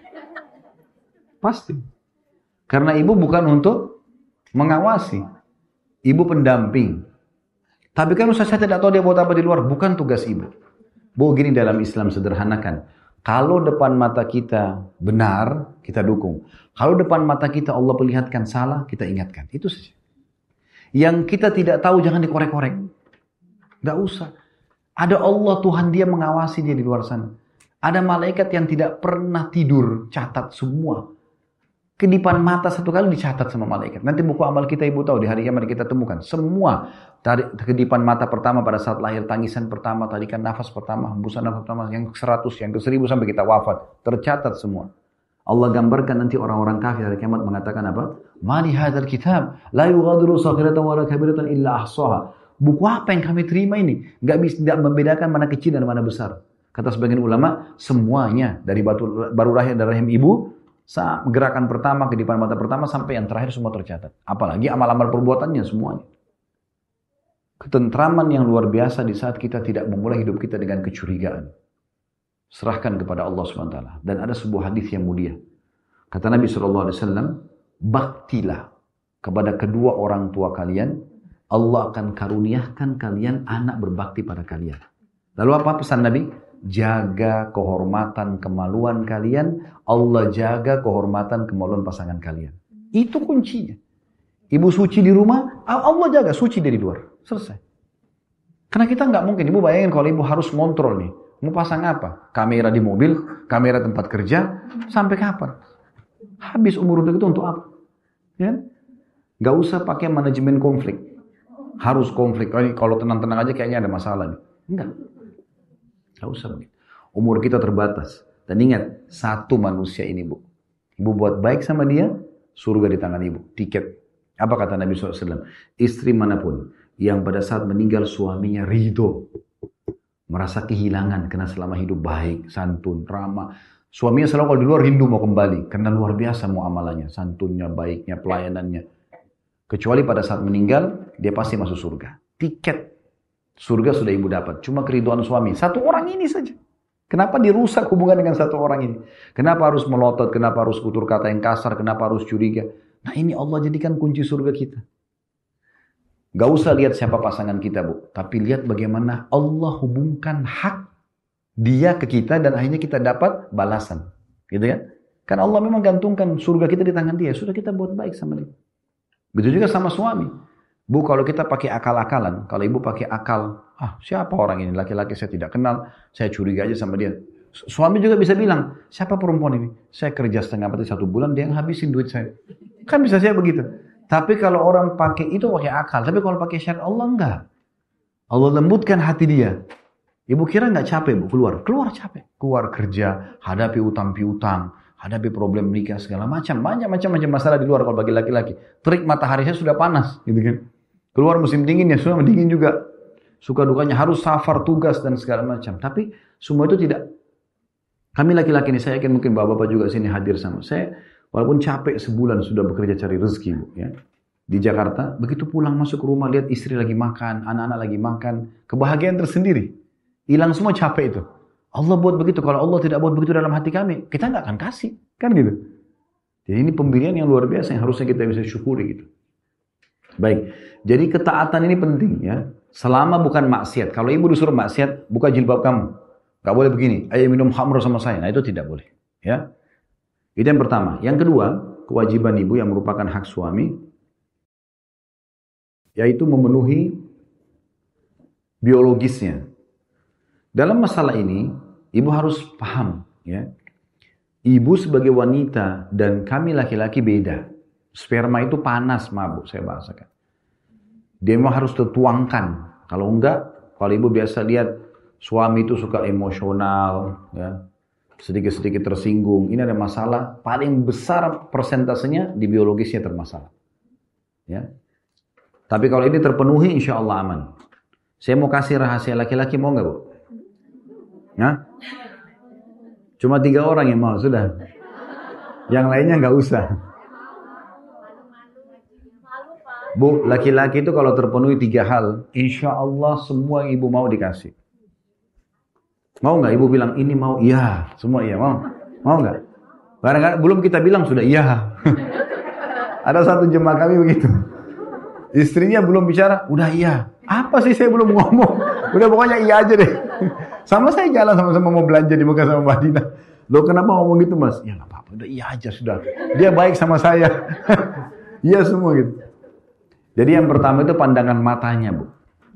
Pasti. Karena ibu bukan untuk mengawasi. Ibu pendamping. Tapi kan saya tidak tahu dia buat apa di luar. Bukan tugas ibu. Bu, gini dalam Islam sederhanakan. Kalau depan mata kita benar, kita dukung. Kalau depan mata kita Allah perlihatkan salah, kita ingatkan. Itu saja. Yang kita tidak tahu jangan dikorek-korek. Tidak usah. Ada Allah Tuhan, dia mengawasi dia di luar sana. Ada malaikat yang tidak pernah tidur, catat semua. Kedipan mata satu kali dicatat sama malaikat. Nanti buku amal kita ibu tahu di hari kiamat kita temukan. Semua kedipan mata pertama pada saat lahir, tangisan pertama, tarikan nafas pertama, hembusan nafas pertama, yang ke seratus, yang ke seribu sampai kita wafat. Tercatat semua. Allah gambarkan nanti orang-orang kafir hari kiamat mengatakan apa? Mali hadzal kitab la yughadiru saghiratan wa la kabiratan illa ahsaha. Buku apa yang kami terima ini? Enggak bisa tidak membedakan mana kecil dan mana besar. Kata sebagian ulama, semuanya dari batu, baru lahir dari rahim ibu, gerakan pertama, kedipan mata pertama, sampai yang terakhir semua tercatat. Apalagi amal-amal perbuatannya semuanya. Ketentraman yang luar biasa di saat kita tidak memulai hidup kita dengan kecurigaan. Serahkan kepada Allah subhanahu wa taala. Dan ada sebuah hadis yang mulia. Kata Nabi shallallahu alaihi wasallam, baktilah kepada kedua orang tua kalian, Allah akan karuniakan kalian anak berbakti pada kalian. Lalu apa pesan Nabi? Jaga kehormatan kemaluan kalian, Allah jaga kehormatan kemaluan pasangan kalian. Itu kuncinya. Ibu suci di rumah, Allah jaga suci dari luar. Selesai. Karena kita nggak mungkin, ibu bayangin kalau ibu harus ngontrol nih, mau pasang apa? Kamera di mobil, kamera tempat kerja, sampai kapan? Habis umur untuk itu untuk apa? Ya? Gak usah pakai manajemen konflik. Harus konflik. Kalau tenang-tenang aja kayaknya ada masalah nih. Enggak. Gak usah begitu. Umur kita terbatas. Dan ingat, satu manusia ini, Bu. Ibu buat baik sama dia, surga di tangan ibu. Tiket. Apa kata Nabi shallallahu alaihi wasallam? Istri manapun yang pada saat meninggal suaminya ridho, merasa kehilangan karena selama hidup baik, santun, ramah. Suaminya selalu kalau di luar rindu mau kembali. Karena luar biasa muamalahnya, santunnya, baiknya, pelayanannya. Kecuali pada saat meninggal, dia pasti masuk surga. Tiket surga sudah ibu dapat. Cuma keriduan suami. Satu orang ini saja. Kenapa dirusak hubungan dengan satu orang ini? Kenapa harus melotot? Kenapa harus tutur kata yang kasar? Kenapa harus curiga? Nah ini Allah jadikan kunci surga kita. Gak usah lihat siapa pasangan kita, Bu. Tapi lihat bagaimana Allah hubungkan hak dia ke kita dan akhirnya kita dapat balasan. Gitu kan? Karena Allah memang gantungkan surga kita di tangan dia. Sudah kita buat baik sama dia. Begitu juga sama suami. Bu, kalau kita pakai akal-akalan, kalau ibu pakai akal, ah siapa orang ini, laki-laki saya tidak kenal, saya curiga aja sama dia. Suami juga bisa bilang, siapa perempuan ini? Saya kerja setengah mati satu bulan, dia yang habisin duit saya. Kan bisa saya begitu. Tapi kalau orang pakai itu pakai akal, tapi kalau pakai syariat Allah enggak. Allah lembutkan hati dia. Ibu kira nggak capek bu keluar? Keluar capek. Keluar kerja, hadapi utang piutang, hadapi problem nikah segala macam. Banyak macam-macam masalah di luar kalau bagi laki-laki. Terik matahari saya sudah panas, gitu kan. Keluar musim dingin ya sudah dingin juga. Suka dukanya harus safar tugas dan segala macam. Tapi semua itu tidak. Kami laki-laki ini, saya yakin mungkin bapak-bapak juga sini hadir sama saya. Walaupun capek sebulan sudah bekerja cari rezeki bu, ya. Di Jakarta, begitu pulang masuk ke rumah lihat istri lagi makan, anak-anak lagi makan, kebahagiaan tersendiri. Hilang semua capek itu. Allah buat begitu. Kalau Allah tidak buat begitu dalam hati kami, kita nggak akan kasih, kan gitu. Jadi ini pemberian yang luar biasa yang harusnya kita bisa syukuri gitu. Baik, jadi ketaatan ini penting ya. Selama bukan maksiat. Kalau ibu disuruh maksiat, buka jilbab kamu. Gak boleh begini, ayo minum khamr sama saya. Nah itu tidak boleh. Ya, itu yang pertama. Yang kedua, kewajiban ibu yang merupakan hak suami, yaitu memenuhi biologisnya. Dalam masalah ini, ibu harus paham. Ya, ibu sebagai wanita dan kami laki-laki beda. Sperma itu panas, mabuk saya bahasakan. Dia memang harus tertuangkan. Kalau enggak, kalau ibu biasa lihat suami itu suka emosional, ya, sedikit-sedikit tersinggung. Ini ada masalah. Paling besar persentasenya di biologisnya termasalah. Ya. Tapi kalau ini terpenuhi, insya Allah aman. Saya mau kasih rahasia laki-laki, mau nggak bu? Nah, cuma tiga orang yang mau, sudah. Yang lainnya nggak usah. Bu, laki-laki itu kalau terpenuhi tiga hal, insya Allah semua yang ibu mau dikasih. Mau nggak ibu bilang ini mau? Iya, semua iya mau. Mau nggak? Kadang-kadang belum kita bilang sudah iya. Ada satu jemaah kami begitu. Istrinya belum bicara, udah iya. Apa sih saya belum ngomong? Udah pokoknya iya aja deh. Sama saya jalan sama-sama mau belanja di Mekah sama Madinah. Loh kenapa ngomong gitu mas? Ya nggak apa-apa, udah iya aja sudah. Dia baik sama saya. Iya semua gitu. Jadi yang pertama itu pandangan matanya bu.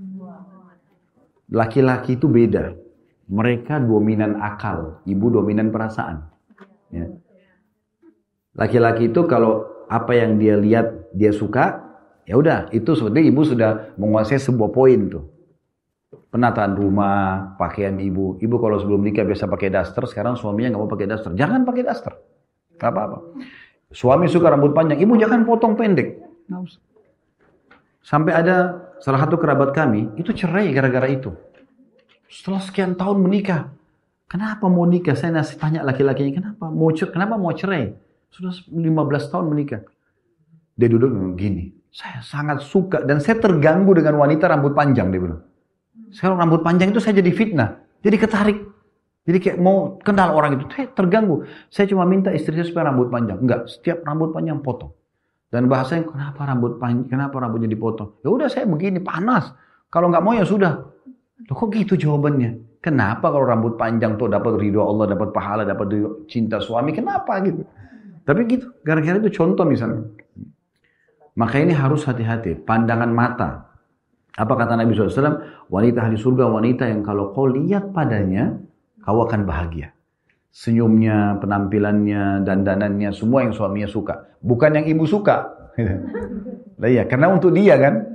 Laki-laki itu beda. Mereka dominan akal, ibu dominan perasaan. Ya. Laki-laki itu kalau apa yang dia lihat dia suka, ya udah itu seperti ibu sudah menguasai sebuah poin tuh. Penataan rumah, pakaian ibu. Ibu kalau sebelum nikah biasa pakai daster, sekarang suaminya nggak mau pakai daster. Jangan pakai daster, nggak apa-apa. Suami suka rambut panjang, ibu jangan potong pendek. Nggak usah. Sampai ada salah satu kerabat kami itu cerai gara-gara itu. Setelah sekian tahun menikah, kenapa mau nikah? Saya nasi tanya laki-lakinya, kenapa mau cerai? Kenapa mau cerai? Sudah lima belas tahun menikah. Dia duduk gini, saya sangat suka dan saya terganggu dengan wanita rambut panjang, dia bilang. Sekarang rambut panjang itu saya jadi fitnah, jadi ketarik. Jadi kayak mau kenal orang itu, saya terganggu. Saya cuma minta istri saya supaya rambut panjang. Enggak, setiap rambut panjang potong. Dan bahasanya, kenapa rambut panjang, kenapa rambutnya dipotong? Ya udah saya begini, panas. Kalau nggak mau ya sudah. Loh kok gitu jawabannya? Kenapa kalau rambut panjang tuh dapat ridho Allah, dapat pahala, dapat cinta suami? Kenapa gitu? Tapi gitu, gara-gara itu contoh misalnya. Maka ini harus hati-hati, pandangan mata. Apa kata Nabi shallallahu alaihi wasallam? Wanita ahli surga, wanita yang kalau kau lihat padanya, kau akan bahagia. Senyumnya, penampilannya, dandanannya, semua yang suaminya suka. Bukan yang ibu suka. Nah, iya, karena untuk dia kan.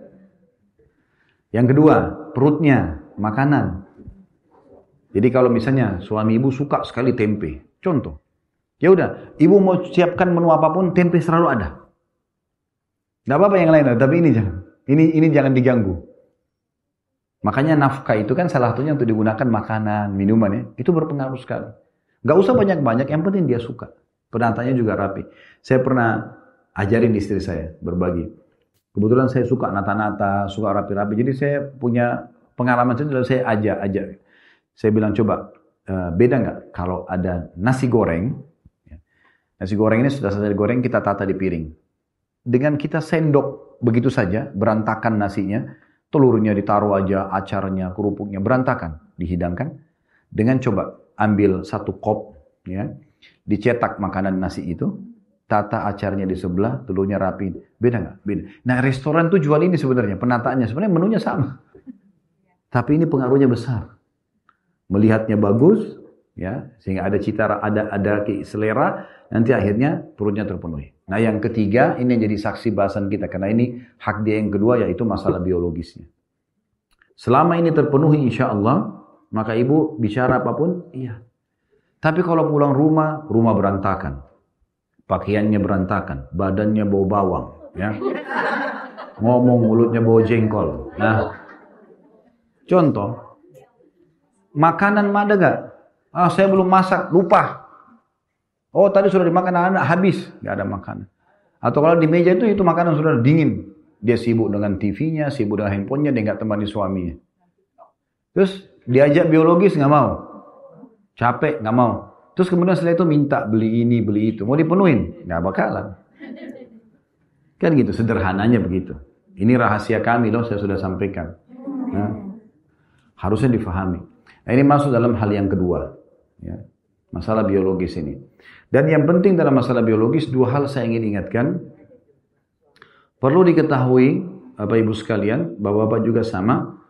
Yang kedua, perutnya, makanan. Jadi kalau misalnya suami ibu suka sekali tempe, contoh. Ya udah, ibu mau siapkan menu apapun, tempe selalu ada. Gak apa-apa yang lain, tapi ini jangan. Ini ini jangan diganggu. Makanya nafkah itu kan salah satunya untuk digunakan makanan, minuman ya. Itu berpengaruh sekali. Gak usah banyak-banyak, yang penting dia suka. Penatannya juga rapi. Saya pernah ajarin istri saya berbagi. Kebetulan saya suka nata-nata, suka rapi-rapi. Jadi saya punya pengalaman sendiri, saya ajak-ajak. Saya bilang coba, beda nggak kalau ada nasi goreng. Nasi goreng ini sudah selesai digoreng, kita tata di piring. Dengan kita sendok begitu saja, berantakan nasinya, telurnya ditaruh aja, acarnya, kerupuknya, berantakan, dihidangkan. Dengan coba ambil satu kop, ya, dicetak makanan nasi itu, tata acarnya di sebelah, telurnya rapi. Beda nggak? Beda. Nah restoran tuh jual ini sebenarnya, penataannya sebenarnya menunya sama. Tapi ini pengaruhnya besar. Melihatnya bagus, ya, sehingga ada cita, ada ada selera, nanti akhirnya perutnya terpenuhi. Nah yang ketiga, ini yang jadi saksi bahasan kita, karena ini hak dia yang kedua, yaitu masalah biologisnya. Selama ini terpenuhi insya Allah, maka ibu bicara apapun, iya. Tapi kalau pulang rumah, rumah berantakan. Pakaiannya berantakan, badannya bau bawang. Ya. Ngomong mulutnya bau jengkol. Nah, contoh, makanan ada gak? Ah, saya belum masak, lupa. Oh, tadi sudah dimakan anak-anak, habis. Gak ada makanan. Atau kalau di meja itu, itu makanan sudah dingin. Dia sibuk dengan T V-nya, sibuk dengan handphonenya, dia gak temani suaminya. Terus diajak biologis gak mau. Capek gak mau. Terus kemudian setelah itu minta beli ini, beli itu. Mau dipenuhin? Gak bakalan. Kan gitu, sederhananya begitu. Ini rahasia kami loh, saya sudah sampaikan. Nah, harusnya difahami. Nah, ini masuk dalam hal yang kedua. Ya, masalah biologis ini. Dan yang penting dalam masalah biologis, dua hal saya ingin ingatkan. Perlu diketahui, Bapak Ibu sekalian, Bapak-Bapak juga sama.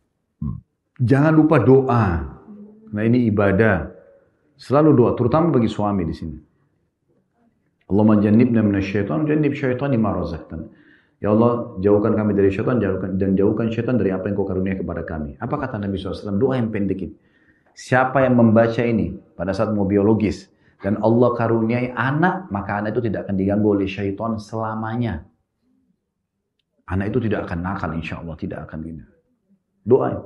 Jangan lupa doa. Nah ini ibadah. Selalu doa, terutama bagi suami di sini. Allahumma jannibna minasyaitan, jannib syaitani ma razaqtana. Ya Allah, jauhkan kami dari syaitan, jauhkan, dan jauhkan syaitan dari apa yang kau karunia kepada kami. Apa kata Nabi shallallahu alaihi wasallam? Doa yang pendek ini. Siapa yang membaca ini pada saat mau biologis, dan Allah karuniai anak, maka anak itu tidak akan diganggu oleh syaitan selamanya. Anak itu tidak akan nakal, insya Allah tidak akan gini. Doa.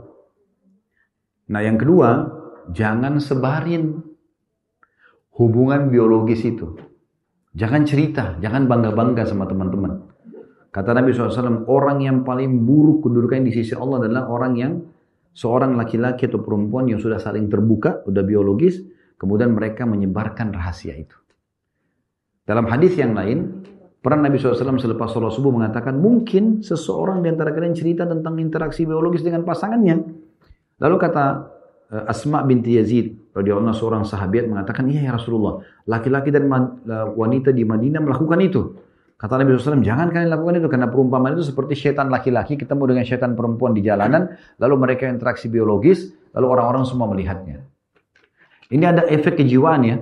Nah yang kedua, jangan sebarin hubungan biologis itu. Jangan cerita, jangan bangga-bangga sama teman-teman. Kata Nabi shallallahu alaihi wasallam, orang yang paling buruk kedudukannya di sisi Allah adalah orang yang seorang laki-laki atau perempuan yang sudah saling terbuka, sudah biologis, kemudian mereka menyebarkan rahasia itu. Dalam hadis yang lain, pernah Nabi shallallahu alaihi wasallam selepas sholat subuh mengatakan, mungkin seseorang di antara kalian cerita tentang interaksi biologis dengan pasangannya. Lalu kata Asma binti Yazid, radhiyallahu anha, seorang sahabat mengatakan, iya ya Rasulullah, laki-laki dan wanita di Madinah melakukan itu. Kata Nabi shallallahu alaihi wasallam, jangan kalian lakukan itu, karena perumpamaan itu seperti syaitan laki-laki ketemu dengan syaitan perempuan di jalanan, lalu mereka interaksi biologis, lalu orang-orang semua melihatnya. Ini ada efek kejiwaan ya,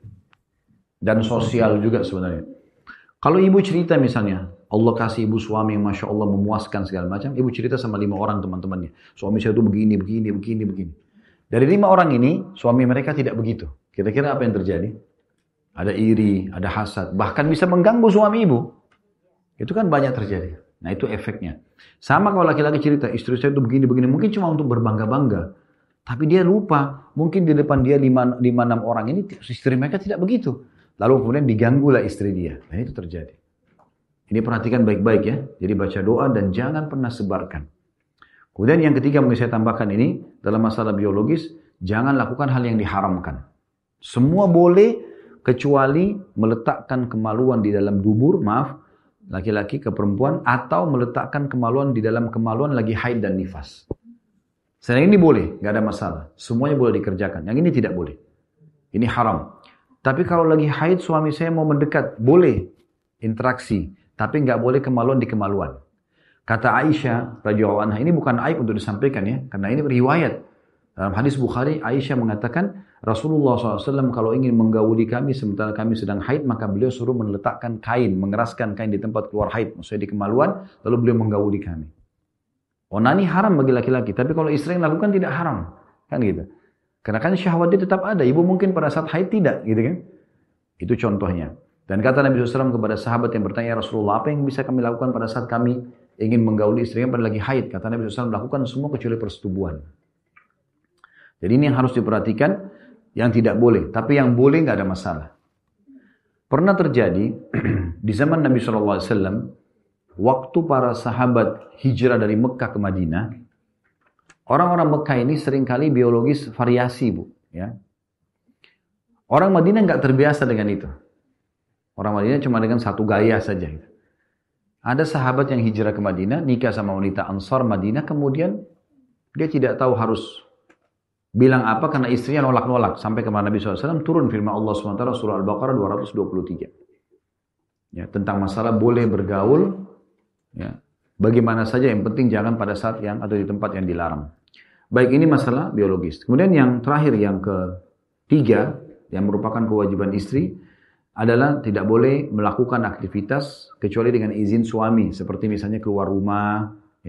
dan sosial juga sebenarnya. Kalau ibu cerita misalnya, Allah kasih ibu suami yang Masya Allah memuaskan segala macam, ibu cerita sama lima orang teman-temannya. Suami saya itu begini, begini, begini, begini. Dari lima orang ini, suami mereka tidak begitu. Kira-kira apa yang terjadi? Ada iri, ada hasad, bahkan bisa mengganggu suami ibu. Itu kan banyak terjadi. Nah itu efeknya. Sama kalau laki-laki cerita, istri saya itu begini, begini. Mungkin cuma untuk berbangga-bangga. Tapi dia lupa, mungkin di depan dia lima, lima enam orang ini, istri mereka tidak begitu. Lalu kemudian diganggulah istri dia. Nah itu terjadi. Ini perhatikan baik-baik ya. Jadi baca doa dan jangan pernah sebarkan. Kemudian yang ketiga mungkin saya tambahkan ini, dalam masalah biologis, jangan lakukan hal yang diharamkan. Semua boleh, kecuali meletakkan kemaluan di dalam dubur, maaf, laki-laki ke perempuan, atau meletakkan kemaluan di dalam kemaluan lagi haid dan nifas. Selain ini boleh, nggak ada masalah. Semuanya boleh dikerjakan. Yang ini tidak boleh. Ini haram. Tapi kalau lagi haid suami saya mau mendekat, boleh interaksi. Tapi nggak boleh kemaluan di kemaluan. Kata Aisyah radhiyallahu anha, ini bukan aib untuk disampaikan ya, karena ini riwayat. Dalam hadis Bukhari, Aisyah mengatakan, Rasulullah shallallahu alaihi wasallam kalau ingin menggauli kami sementara kami sedang haid, maka beliau suruh meletakkan kain, mengeraskan kain di tempat keluar haid, maksudnya di kemaluan, lalu beliau menggauli kami. Onani haram bagi laki-laki, tapi kalau istri yang lakukan tidak haram, kan gitu. Karena kan syahwat dia tetap ada, ibu mungkin pada saat haid tidak, gitu kan. Itu contohnya. Dan kata Nabi shallallahu alaihi wasallam kepada sahabat yang bertanya, Rasulullah, apa yang bisa kami lakukan pada saat kami ingin menggauli istrinya pada lagi haid? Kata Nabi shallallahu alaihi wasallam, lakukan semua kecuali persetubuhan. Jadi ini yang harus diperhatikan, yang tidak boleh. Tapi yang boleh nggak ada masalah. Pernah terjadi, di zaman Nabi shallallahu alaihi wasallam, waktu para sahabat hijrah dari Mekah ke Madinah, orang-orang Mekah ini seringkali biologis variasi, Bu. Ya. Orang Madinah nggak terbiasa dengan itu. Orang Madinah cuma dengan satu gaya saja. Ada sahabat yang hijrah ke Madinah, nikah sama wanita Ansar Madinah, kemudian dia tidak tahu harus bilang apa karena istrinya nolak-nolak. Sampai ke Nabi shallallahu alaihi wasallam turun firman Allah subhanahu wa taala surah Al-Baqarah dua ratus dua puluh tiga. Ya, tentang masalah boleh bergaul, ya, bagaimana saja, yang penting jangan pada saat yang atau di tempat yang dilarang. Baik, ini masalah biologis. Kemudian yang terakhir, yang ketiga, yang merupakan kewajiban istri, adalah tidak boleh melakukan aktivitas kecuali dengan izin suami, seperti misalnya keluar rumah, ya,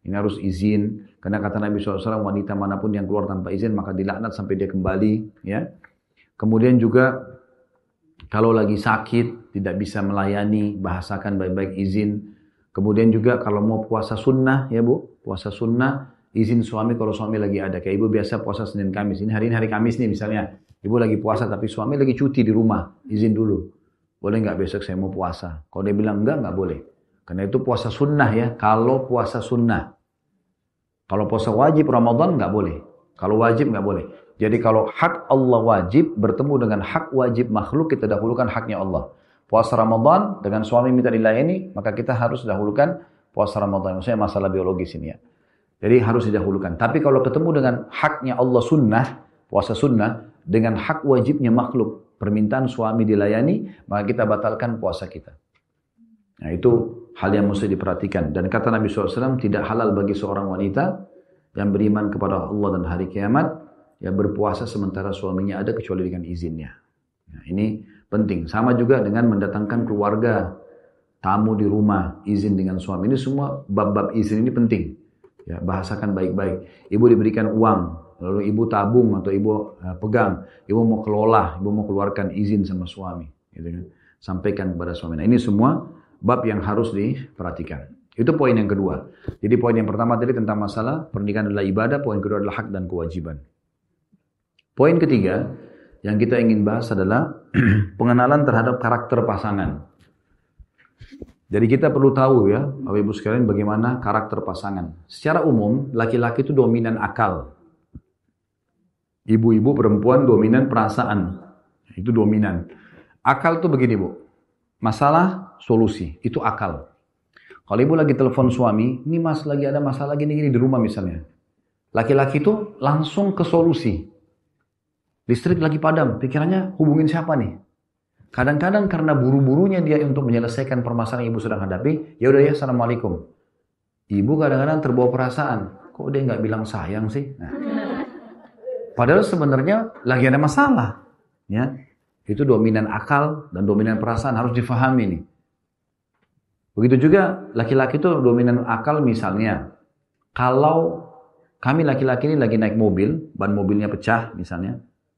Ini harus izin. Karena kata Nabi shallallahu alaihi wasallam, wanita manapun yang keluar tanpa izin maka dilaknat sampai dia kembali. Ya. Kemudian juga kalau lagi sakit tidak bisa melayani, bahasakan baik-baik izin. Kemudian juga kalau mau puasa sunnah, ya Bu, puasa sunnah, izin suami kalau suami lagi ada. Kayak ibu biasa puasa Senin Kamis. Ini hari ini hari Kamis nih misalnya. Ibu lagi puasa tapi suami lagi cuti di rumah. Izin dulu. Boleh nggak besok saya mau puasa? Kalau dia bilang enggak, nggak boleh. Karena itu puasa sunnah ya. Kalau puasa sunnah. Kalau puasa wajib Ramadan nggak boleh. Kalau wajib nggak boleh. Jadi kalau hak Allah wajib bertemu dengan hak wajib makhluk, kita dahulukan haknya Allah. Puasa Ramadan dengan suami minta dilayani, maka kita harus dahulukan puasa Ramadan. Maksudnya masalah biologis ini ya. Jadi harus didahulukan. Tapi kalau ketemu dengan haknya Allah sunnah, puasa sunnah, dengan hak wajibnya makhluk, permintaan suami dilayani, maka kita batalkan puasa kita. Nah itu hal yang mesti diperhatikan. Dan kata Nabi shallallahu alaihi wasallam, tidak halal bagi seorang wanita yang beriman kepada Allah dan hari kiamat, ya berpuasa sementara suaminya ada kecuali dengan izinnya. Nah, ini penting. Sama juga dengan mendatangkan keluarga, tamu di rumah, izin dengan suami. Ini semua bab-bab izin ini penting. Ya, bahasakan baik-baik. Ibu diberikan uang, lalu ibu tabung atau ibu uh, pegang, ibu mau kelola, ibu mau keluarkan izin sama suami, gitu kan? Sampaikan kepada suami. Nah, ini semua bab yang harus diperhatikan. Itu poin yang kedua. Jadi poin yang pertama tadi tentang masalah pernikahan adalah ibadah, poin kedua adalah hak dan kewajiban. Poin ketiga yang kita ingin bahas adalah pengenalan terhadap karakter pasangan. Jadi kita perlu tahu ya, Bapak Ibu sekalian, bagaimana karakter pasangan. Secara umum, laki-laki itu dominan akal. Ibu-ibu perempuan dominan perasaan. Itu dominan. Akal itu begini Bu. Masalah, solusi. Itu akal. Kalau ibu lagi telepon suami, ini mas lagi ada masalah gini-gini di rumah misalnya. Laki-laki itu langsung ke solusi. Listrik lagi padam, pikirannya hubungin siapa nih? Kadang-kadang karena buru-burunya dia untuk menyelesaikan permasalahan yang ibu sedang hadapi, ya udah ya, assalamualaikum. Ibu kadang-kadang terbawa perasaan, kok dia nggak bilang sayang sih? Nah. Padahal sebenarnya lagi ada masalah, ya. Itu dominan akal dan dominan perasaan harus difahami nih. Begitu juga laki-laki itu dominan akal misalnya. Kalau kami laki-laki ini lagi naik mobil, ban mobilnya pecah misalnya,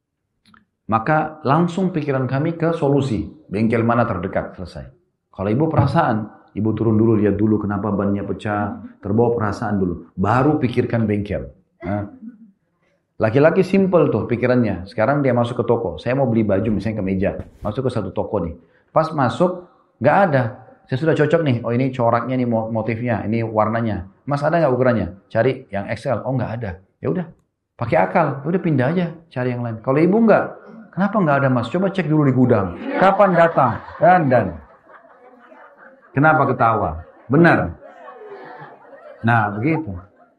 maka langsung pikiran kami ke solusi. Bengkel mana terdekat, selesai. Kalau ibu perasaan, ibu turun dulu, lihat dulu kenapa bannya pecah, terbawa perasaan dulu. Baru pikirkan bengkel. Nah. Laki-laki simple tuh pikirannya. Sekarang dia masuk ke toko. Saya mau beli baju misalnya ke meja. Masuk ke satu toko nih. Pas masuk, nggak ada. Saya sudah cocok nih. Oh ini coraknya nih motifnya. Ini warnanya. Mas ada nggak ukurannya? Cari yang X L. Oh nggak ada. Ya udah. Pakai akal. Udah pindah aja. Cari yang lain. Kalau ibu nggak. Kenapa nggak ada mas? Coba cek dulu di gudang. Kapan datang? Dan dan. Kenapa ketawa? Benar. Nah begitu.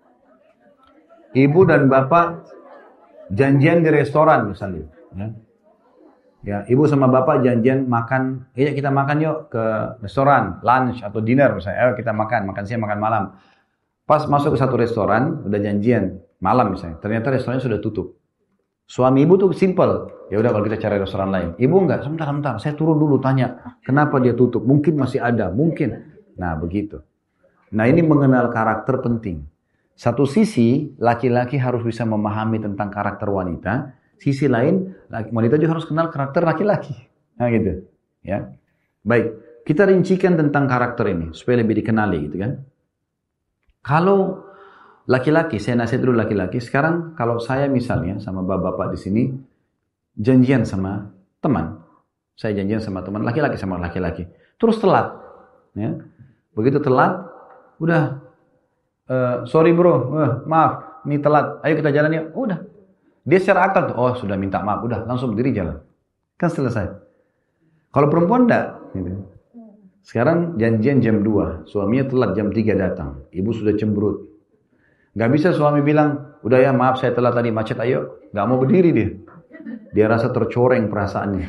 Ibu dan bapak janjian di restoran misalnya, ya. Ya, ibu sama bapak janjian makan, iya kita makan yuk ke restoran, lunch atau dinner misalnya, ayo kita makan, makan siang, makan malam. Pas masuk ke satu restoran, udah janjian malam misalnya, ternyata restorannya sudah tutup. Suami ibu tuh simple, ya udah kalau kita cari restoran lain. Ibu enggak, sebentar, sebentar, saya turun dulu tanya, kenapa dia tutup? Mungkin masih ada, mungkin. Nah begitu. Nah ini mengenal karakter penting. Satu sisi, laki-laki harus bisa memahami tentang karakter wanita. Sisi lain, wanita juga harus kenal karakter laki-laki. Nah gitu. Ya. Baik, kita rincikan tentang karakter ini, supaya lebih dikenali gitu kan. Kalau laki-laki, saya nasihat dulu laki-laki. Sekarang kalau saya misalnya sama bapak-bapak di sini, janjian sama teman. Saya janjian sama teman, laki-laki sama laki-laki. Terus telat. Ya. Begitu telat, udah. Uh, sorry bro, uh, maaf, ini telat. Ayo kita jalan ya. Udah. Dia secara akal tuh, oh sudah minta maaf, udah langsung berdiri jalan. Kan selesai. Kalau perempuan enggak, gitu. Sekarang janjian jam dua, suaminya telat jam tiga datang. Ibu sudah cemberut. Gak bisa suami bilang, udah ya maaf saya telat tadi macet, ayo. Gak mau berdiri dia. Dia rasa tercoreng perasaannya.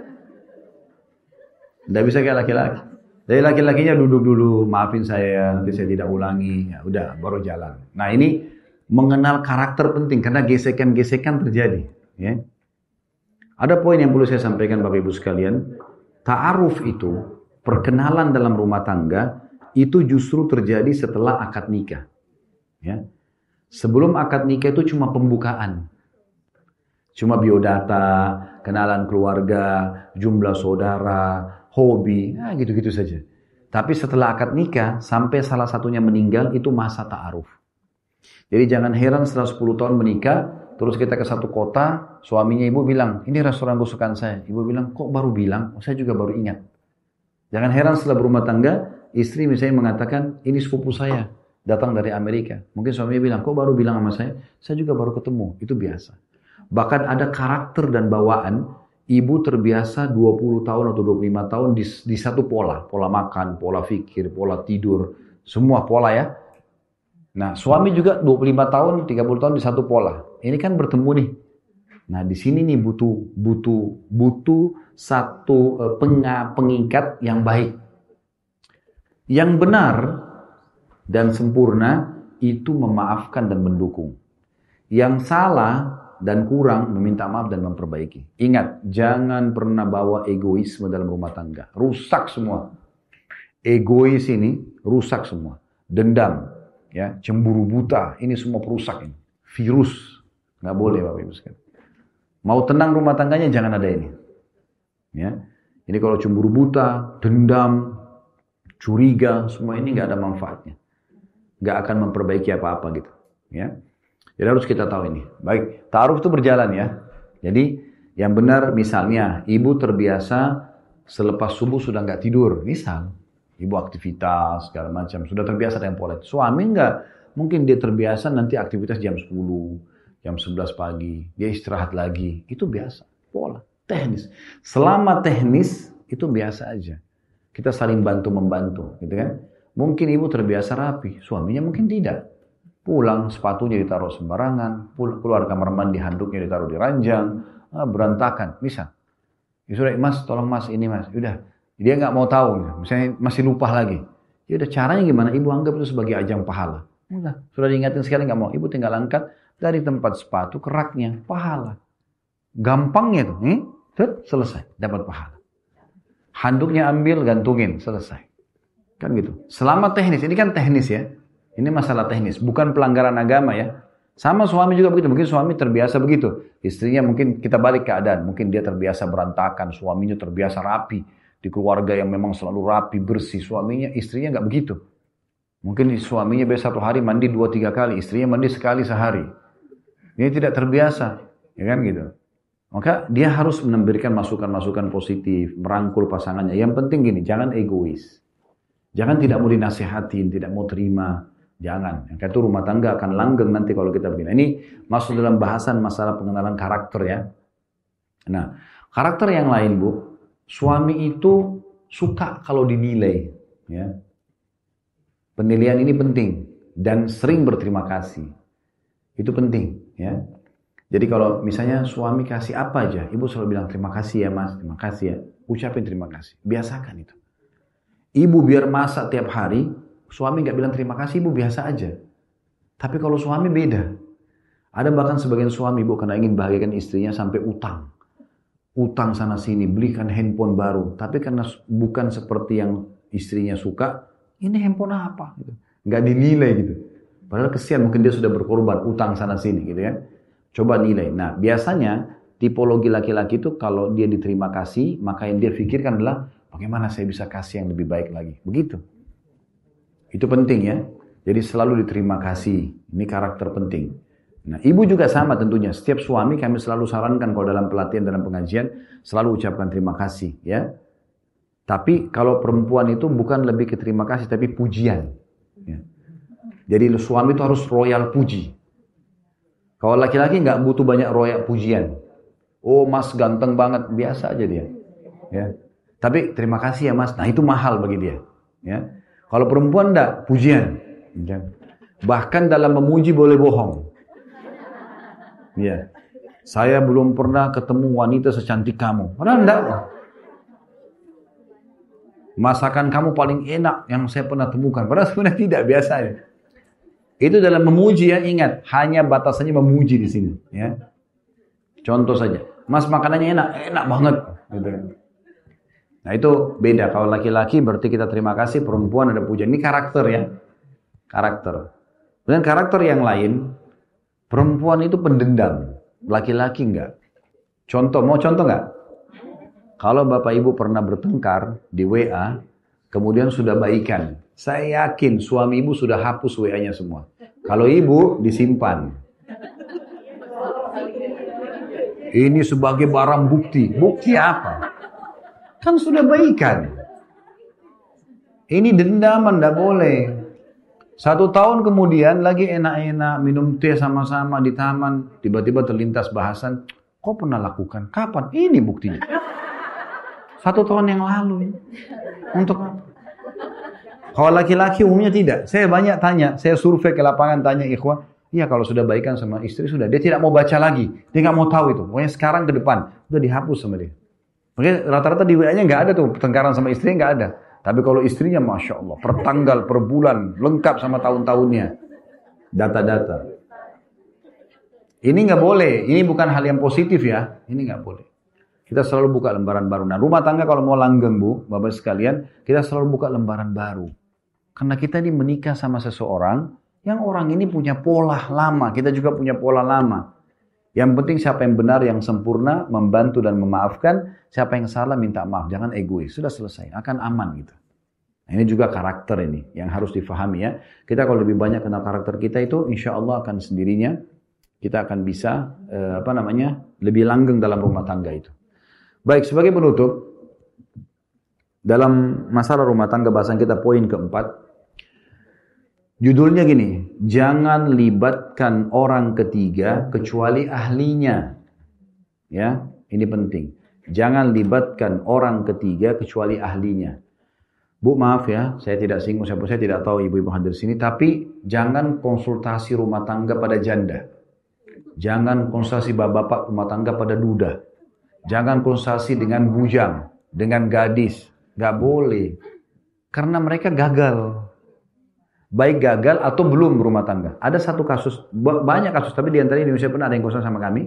Gak bisa kayak laki-laki. Jadi laki-lakinya duduk dulu, maafin saya, nanti saya tidak ulangi, ya udah baru jalan. Nah ini mengenal karakter penting karena gesekan-gesekan terjadi. Ya. Ada poin yang perlu saya sampaikan Bapak Ibu sekalian, ta'aruf itu, perkenalan dalam rumah tangga itu justru terjadi setelah akad nikah. Ya. Sebelum akad nikah itu cuma pembukaan. Cuma biodata, kenalan keluarga, jumlah saudara, hobi, nah gitu-gitu saja. Tapi setelah akad nikah, sampai salah satunya meninggal, itu masa ta'aruf. Jadi jangan heran setelah sepuluh tahun menikah, terus kita ke satu kota, suaminya ibu bilang, ini restoran kesukaan saya. Ibu bilang, kok baru bilang? Oh, saya juga baru ingat. Jangan heran setelah berumah tangga, istri misalnya mengatakan, ini sepupu saya, datang dari Amerika. Mungkin suaminya bilang, kok baru bilang sama saya? Saya juga baru ketemu, itu biasa. Bahkan ada karakter dan bawaan, ibu terbiasa dua puluh tahun atau dua puluh lima tahun di, di satu pola. Pola makan, pola fikir, pola tidur, semua pola ya. Nah suami juga dua puluh lima tahun, tiga puluh tahun di satu pola. Ini kan bertemu nih. Nah di sini nih butuh butuh butuh satu uh, penga, pengikat yang baik. Yang benar dan sempurna itu memaafkan dan mendukung. Yang salah dan kurang meminta maaf dan memperbaiki. Ingat, jangan pernah bawa egoisme dalam rumah tangga. Rusak semua. Egois ini rusak semua. Dendam, ya, cemburu buta, ini semua perusak ini. Virus, nggak boleh Bapak Ibu sekalian. Mau tenang rumah tangganya jangan ada ini. Ya, ini kalau cemburu buta, dendam, curiga, semua ini nggak ada manfaatnya. Nggak akan memperbaiki apa-apa gitu. Ya. Jadi harus kita tahu ini. Baik, ta'aruf itu berjalan ya. Jadi yang benar misalnya ibu terbiasa selepas subuh sudah nggak tidur. Misal, ibu aktivitas segala macam. Sudah terbiasa dengan pola itu. Suami nggak. Mungkin dia terbiasa nanti aktivitas jam sepuluh, jam sebelas pagi. Dia istirahat lagi. Itu biasa. Pola. Teknis. Selama teknis itu biasa aja. Kita saling bantu-membantu. Gitu kan? Mungkin ibu terbiasa rapi. Suaminya mungkin tidak. Pulang sepatunya ditaruh sembarangan, pulang, keluar kamar mandi handuknya ditaruh di ranjang, ah, berantakan, bisa. Ya sudah, mas, tolong mas, ini mas, udah. Dia nggak mau tahu, misalnya masih lupa lagi. Ya udah, caranya gimana? Ibu anggap itu sebagai ajang pahala. Udah, sudah diingatin sekali nggak mau. Ibu tinggal angkat dari tempat sepatu ke raknya, pahala. Gampangnya tuh, nih, selesai, dapat pahala. Handuknya ambil, gantungin, selesai. Kan gitu. Selama teknis, ini kan teknis ya. Ini masalah teknis, bukan pelanggaran agama ya. Sama suami juga begitu, mungkin suami terbiasa begitu. Istrinya mungkin kita balik keadaan, mungkin dia terbiasa berantakan, suaminya terbiasa rapi. Di keluarga yang memang selalu rapi, bersih, suaminya, istrinya nggak begitu. Mungkin suaminya biasa satu hari mandi dua tiga kali, istrinya mandi sekali sehari. Ini tidak terbiasa, ya kan gitu. Maka dia harus memberikan masukan-masukan positif, merangkul pasangannya. Yang penting gini, jangan egois. Jangan tidak mau dinasihatin, tidak mau terima. Jangan. Yang itu rumah tangga akan langgeng nanti kalau kita begini. Ini masuk dalam bahasan masalah pengenalan karakter ya. Nah, karakter yang lain Bu, suami itu suka kalau dinilai. Ya. Penilaian ini penting dan sering berterima kasih. Itu penting ya. Jadi kalau misalnya suami kasih apa aja, ibu selalu bilang terima kasih ya mas, terima kasih ya. Ucapin terima kasih. Biasakan itu. Ibu biar masak tiap hari, suami nggak bilang terima kasih, ibu biasa aja. Tapi kalau suami beda. Ada bahkan sebagian suami ibu karena ingin bahagiakan istrinya sampai utang. Utang sana sini, belikan handphone baru. Tapi karena bukan seperti yang istrinya suka, ini handphone apa? Gitu. Nggak dinilai gitu. Padahal kesian mungkin dia sudah berkorban, utang sana sini gitu ya. Coba nilai. Nah biasanya tipologi laki-laki itu kalau dia diterima kasih, maka yang dia pikirkan adalah bagaimana saya bisa kasih yang lebih baik lagi. Begitu. Itu penting ya. Jadi selalu diterima kasih. Ini karakter penting. Nah, ibu juga sama tentunya. Setiap suami kami selalu sarankan kalau dalam pelatihan, dalam pengajian, selalu ucapkan terima kasih. Ya. Tapi kalau perempuan itu bukan lebih ke terima kasih, tapi pujian. Ya. Jadi suami itu harus royal puji. Kalau laki-laki nggak butuh banyak royal pujian. Oh mas ganteng banget, biasa aja dia. Ya. Tapi terima kasih ya mas. Nah itu mahal bagi dia. Ya. Kalau perempuan enggak, pujian. Bahkan dalam memuji boleh bohong. Ya. Saya belum pernah ketemu wanita secantik kamu. Padahal enggak. Masakan kamu paling enak yang saya pernah temukan. Padahal sebenarnya tidak, biasa ya. Itu dalam memuji ya, ingat. Hanya batasannya memuji di sini. Ya. Contoh saja. Mas makanannya enak, enak banget. Gitu. Nah itu beda. Kalau laki-laki berarti kita terima kasih, perempuan ada pujian. Ini karakter ya. Karakter. Dan karakter yang lain, perempuan itu pendendam, laki-laki enggak. Contoh, mau contoh enggak? Kalau bapak ibu pernah bertengkar di W A, kemudian sudah baikan, saya yakin suami ibu sudah hapus W A-nya semua. Kalau ibu disimpan. Ini sebagai barang bukti. Bukti apa? Kan sudah baikan. Ini dendaman, tidak boleh. Satu tahun kemudian lagi enak-enak minum teh sama-sama di taman, tiba-tiba terlintas bahasan, kau pernah lakukan? Kapan? Ini buktinya. Satu tahun yang lalu. Untuk apa? Kalau laki-laki umumnya tidak. Saya banyak tanya, saya survei ke lapangan tanya ikhwah, iya kalau sudah baikan sama istri sudah, dia tidak mau baca lagi, dia nggak mau tahu itu. Pokoknya sekarang ke depan udah dihapus sama dia. Makanya rata-rata di W A-nya nggak ada tuh pertengkaran sama istri, nggak ada. Tapi kalau istrinya, masya Allah, per tanggal, per bulan, lengkap sama tahun-tahunnya, data-data. Ini nggak boleh. Ini bukan hal yang positif ya. Ini nggak boleh. Kita selalu buka lembaran baru. Nah, rumah tangga kalau mau langgeng bu, bapak sekalian, kita selalu buka lembaran baru. Karena kita ini menikah sama seseorang yang orang ini punya pola lama. Kita juga punya pola lama. Yang penting siapa yang benar, yang sempurna, membantu dan memaafkan. Siapa yang salah, minta maaf. Jangan egois. Sudah selesai. Akan aman gitu. Nah, ini juga karakter ini yang harus difahami ya. Kita kalau lebih banyak kenal karakter kita itu, insya Allah akan sendirinya kita akan bisa eh, apa namanya lebih langgeng dalam rumah tangga itu. Baik, sebagai penutup, dalam masalah rumah tangga bahasan kita poin keempat. Judulnya gini, jangan libatkan orang ketiga kecuali ahlinya. Ya, ini penting. Jangan libatkan orang ketiga kecuali ahlinya. Bu, maaf ya, saya tidak singgung siapa, saya tidak tahu ibu-ibu hadir sini, tapi jangan konsultasi rumah tangga pada janda. Jangan konsultasi bapak-bapak rumah tangga pada duda. Jangan konsultasi dengan bujang, dengan gadis. Gak boleh. Karena mereka gagal. Baik gagal atau belum berumah tangga. Ada satu kasus, banyak kasus, tapi di antara di Indonesia pernah ada yang konsul sama kami.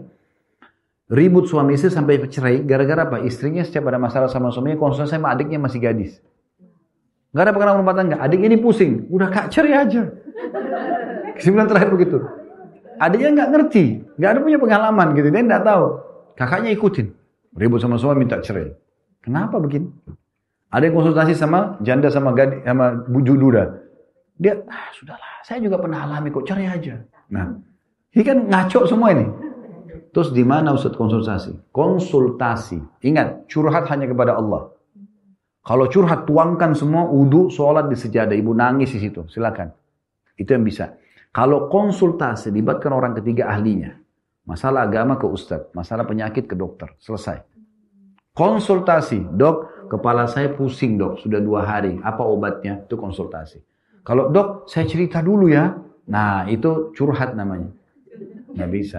Ribut suami istri sampai cerai, gara-gara apa? Istrinya setiap ada masalah sama suaminya, konsul sama adiknya masih gadis. Gak ada pengalaman rumah tangga. Adik ini pusing, udah kak cerai aja. Kesimpulan terakhir begitu. Adiknya gak ngerti, gak ada punya pengalaman gitu, dia gak tahu. Kakaknya ikutin, ribut sama suami minta cerai. Kenapa begini? Ada yang konsultasi sama janda sama gadis sama buju duda. Dia, ah, sudahlah, saya juga pernah alami kok, cerai aja. Nah, ini kan ngaco semua ini. Terus di mana Ustaz konsultasi? Konsultasi. Ingat, curhat hanya kepada Allah. Kalau curhat, tuangkan semua, wudu, sholat di sejadah. Ibu nangis di situ, silakan. Itu yang bisa. Kalau konsultasi, libatkan orang ketiga ahlinya. Masalah agama ke Ustaz, masalah penyakit ke dokter, selesai. Konsultasi, dok, kepala saya pusing dok, sudah dua hari, apa obatnya? Itu konsultasi. Kalau dok, saya cerita dulu ya. Nah, itu curhat namanya. Nggak bisa.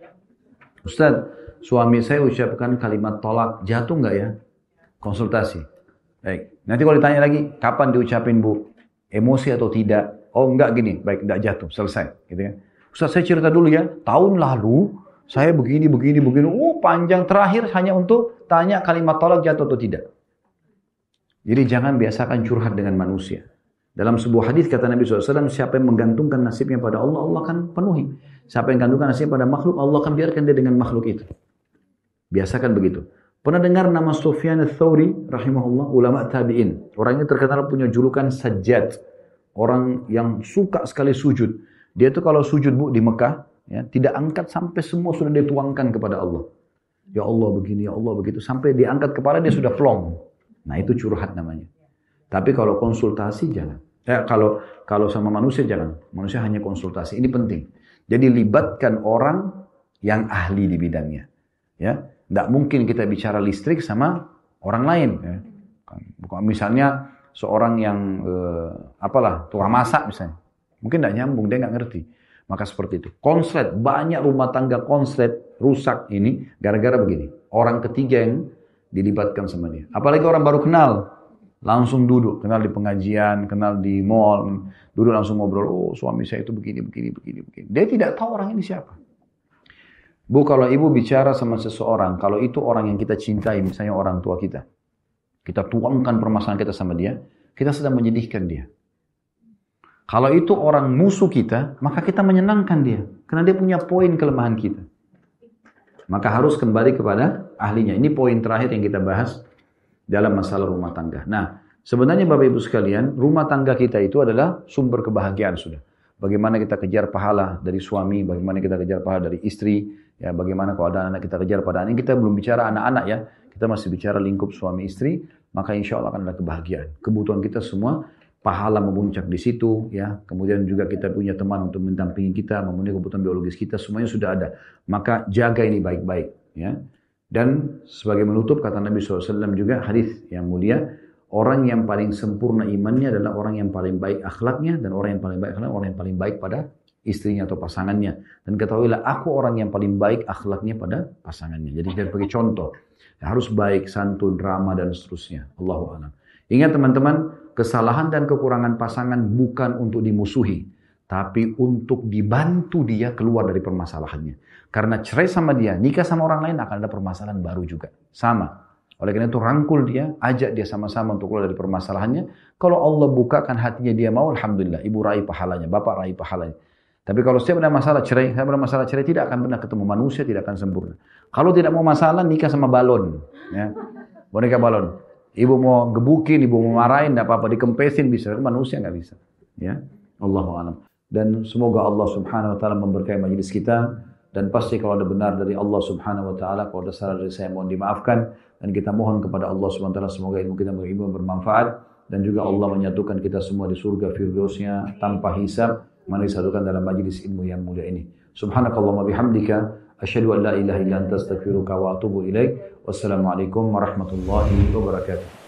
Ustaz, suami saya ucapkan kalimat tolak, jatuh nggak ya? Konsultasi. Baik. Nanti kalau ditanya lagi, kapan diucapin bu? Emosi atau tidak? Oh enggak gini, baik, enggak jatuh, selesai. Gitu kan? Ustaz, saya cerita dulu ya. Tahun lalu, saya begini, begini, begini. Oh panjang, terakhir hanya untuk tanya kalimat tolak jatuh atau tidak. Jadi jangan biasakan curhat dengan manusia. Dalam sebuah hadis kata Nabi shallallahu alaihi wasallam, siapa yang menggantungkan nasibnya pada Allah, Allah akan penuhi. Siapa yang menggantungkan nasibnya pada makhluk, Allah akan biarkan dia dengan makhluk itu. Biasakan begitu. Pernah dengar nama Sufyan ats-Tsauri rahimahullah, ulama tabi'in. Orang ini terkenal punya julukan Sajjad. Orang yang suka sekali sujud. Dia tuh kalau sujud bu di Mekah, ya, tidak angkat sampai semua sudah dituangkan kepada Allah. Ya Allah begini, ya Allah begitu. Sampai diangkat kepala dia sudah plong. Nah itu curhat namanya. Tapi kalau konsultasi jangan. Ya, kalau kalau sama manusia jangan. Manusia hanya konsultasi. Ini penting. Jadi libatkan orang yang ahli di bidangnya. Ya, tidak mungkin kita bicara listrik sama orang lain. Ya. Misalnya seorang yang eh, apalah tukang masak misalnya, mungkin tidak nyambung, dia nggak ngerti. Maka seperti itu. Konslet, banyak rumah tangga konslet rusak ini gara-gara begini. Orang ketiga yang dilibatkan sama dia. Apalagi orang baru kenal. Langsung duduk, kenal di pengajian, kenal di mall, duduk langsung ngobrol, oh suami saya itu begini, begini, begini, begini. Dia tidak tahu orang ini siapa. Bu, kalau ibu bicara sama seseorang, kalau itu orang yang kita cintai, misalnya orang tua kita, kita tuangkan permasalahan kita sama dia, kita sedang menyedihkan dia. Kalau itu orang musuh kita, maka kita menyenangkan dia. Karena dia punya poin kelemahan kita. Maka harus kembali kepada ahlinya. Ini poin terakhir yang kita bahas dalam masalah rumah tangga. Nah, sebenarnya Bapak Ibu sekalian, rumah tangga kita itu adalah sumber kebahagiaan sudah. Bagaimana kita kejar pahala dari suami, bagaimana kita kejar pahala dari istri, ya bagaimana kalau ada anak kita kejar pada anak. Kita belum bicara anak-anak ya, kita masih bicara lingkup suami istri, maka insya Allah akan ada kebahagiaan. Kebutuhan kita semua, pahala memuncak di situ, ya. Kemudian juga kita punya teman untuk mendampingi kita, memenuhi kebutuhan biologis kita, semuanya sudah ada. Maka jaga ini baik-baik, ya. Dan sebagai menutup kata Nabi shallallahu alaihi wasallam juga hadis yang mulia, orang yang paling sempurna imannya adalah orang yang paling baik akhlaknya, dan orang yang paling baik akhlaknya orang yang paling baik pada istrinya atau pasangannya. Dan ketahuilah aku orang yang paling baik akhlaknya pada pasangannya. Jadi kita sebagai contoh, harus baik, santun, ramah dan seterusnya. Allahu a'lam. Ingat teman-teman, kesalahan dan kekurangan pasangan bukan untuk dimusuhi, tapi untuk dibantu dia keluar dari permasalahannya. Karena cerai sama dia, nikah sama orang lain akan ada permasalahan baru juga. Sama. Oleh karena itu rangkul dia, ajak dia sama-sama untuk keluar dari permasalahannya. Kalau Allah bukakan hatinya dia mau, alhamdulillah, ibu raih pahalanya, bapak raih pahalanya. Tapi kalau setiap ada masalah cerai, saya ada masalah cerai, tidak akan pernah ketemu manusia, tidak akan sempurna. Kalau tidak mau masalah, nikah sama balon. Ya. Boneka balon. Ibu mau gebukin, ibu mau marahin, tidak apa-apa, dikempesin bisa. Manusia nggak bisa. Ya, Allahu a'lam. Dan semoga Allah Subhanahu Wa Taala memberkahi majelis kita. Dan pasti kalau ada benar dari Allah Subhanahu Wa Taala, kalau ada salah dari saya mohon dimaafkan. Dan kita mohon kepada Allah Subhanahu Wa Taala semoga ilmu kita ilmu bermanfaat. Dan juga Allah menyatukan kita semua di surga Firdausnya tanpa hisab. Mari disatukan dalam majelis ilmu yang mulia ini. Subhanakallahumma bihamdika. Asyhadu an la ilaha illa anta astaghfiruka wa atubu ilaik. Wassalamualaikum warahmatullahi wabarakatuh.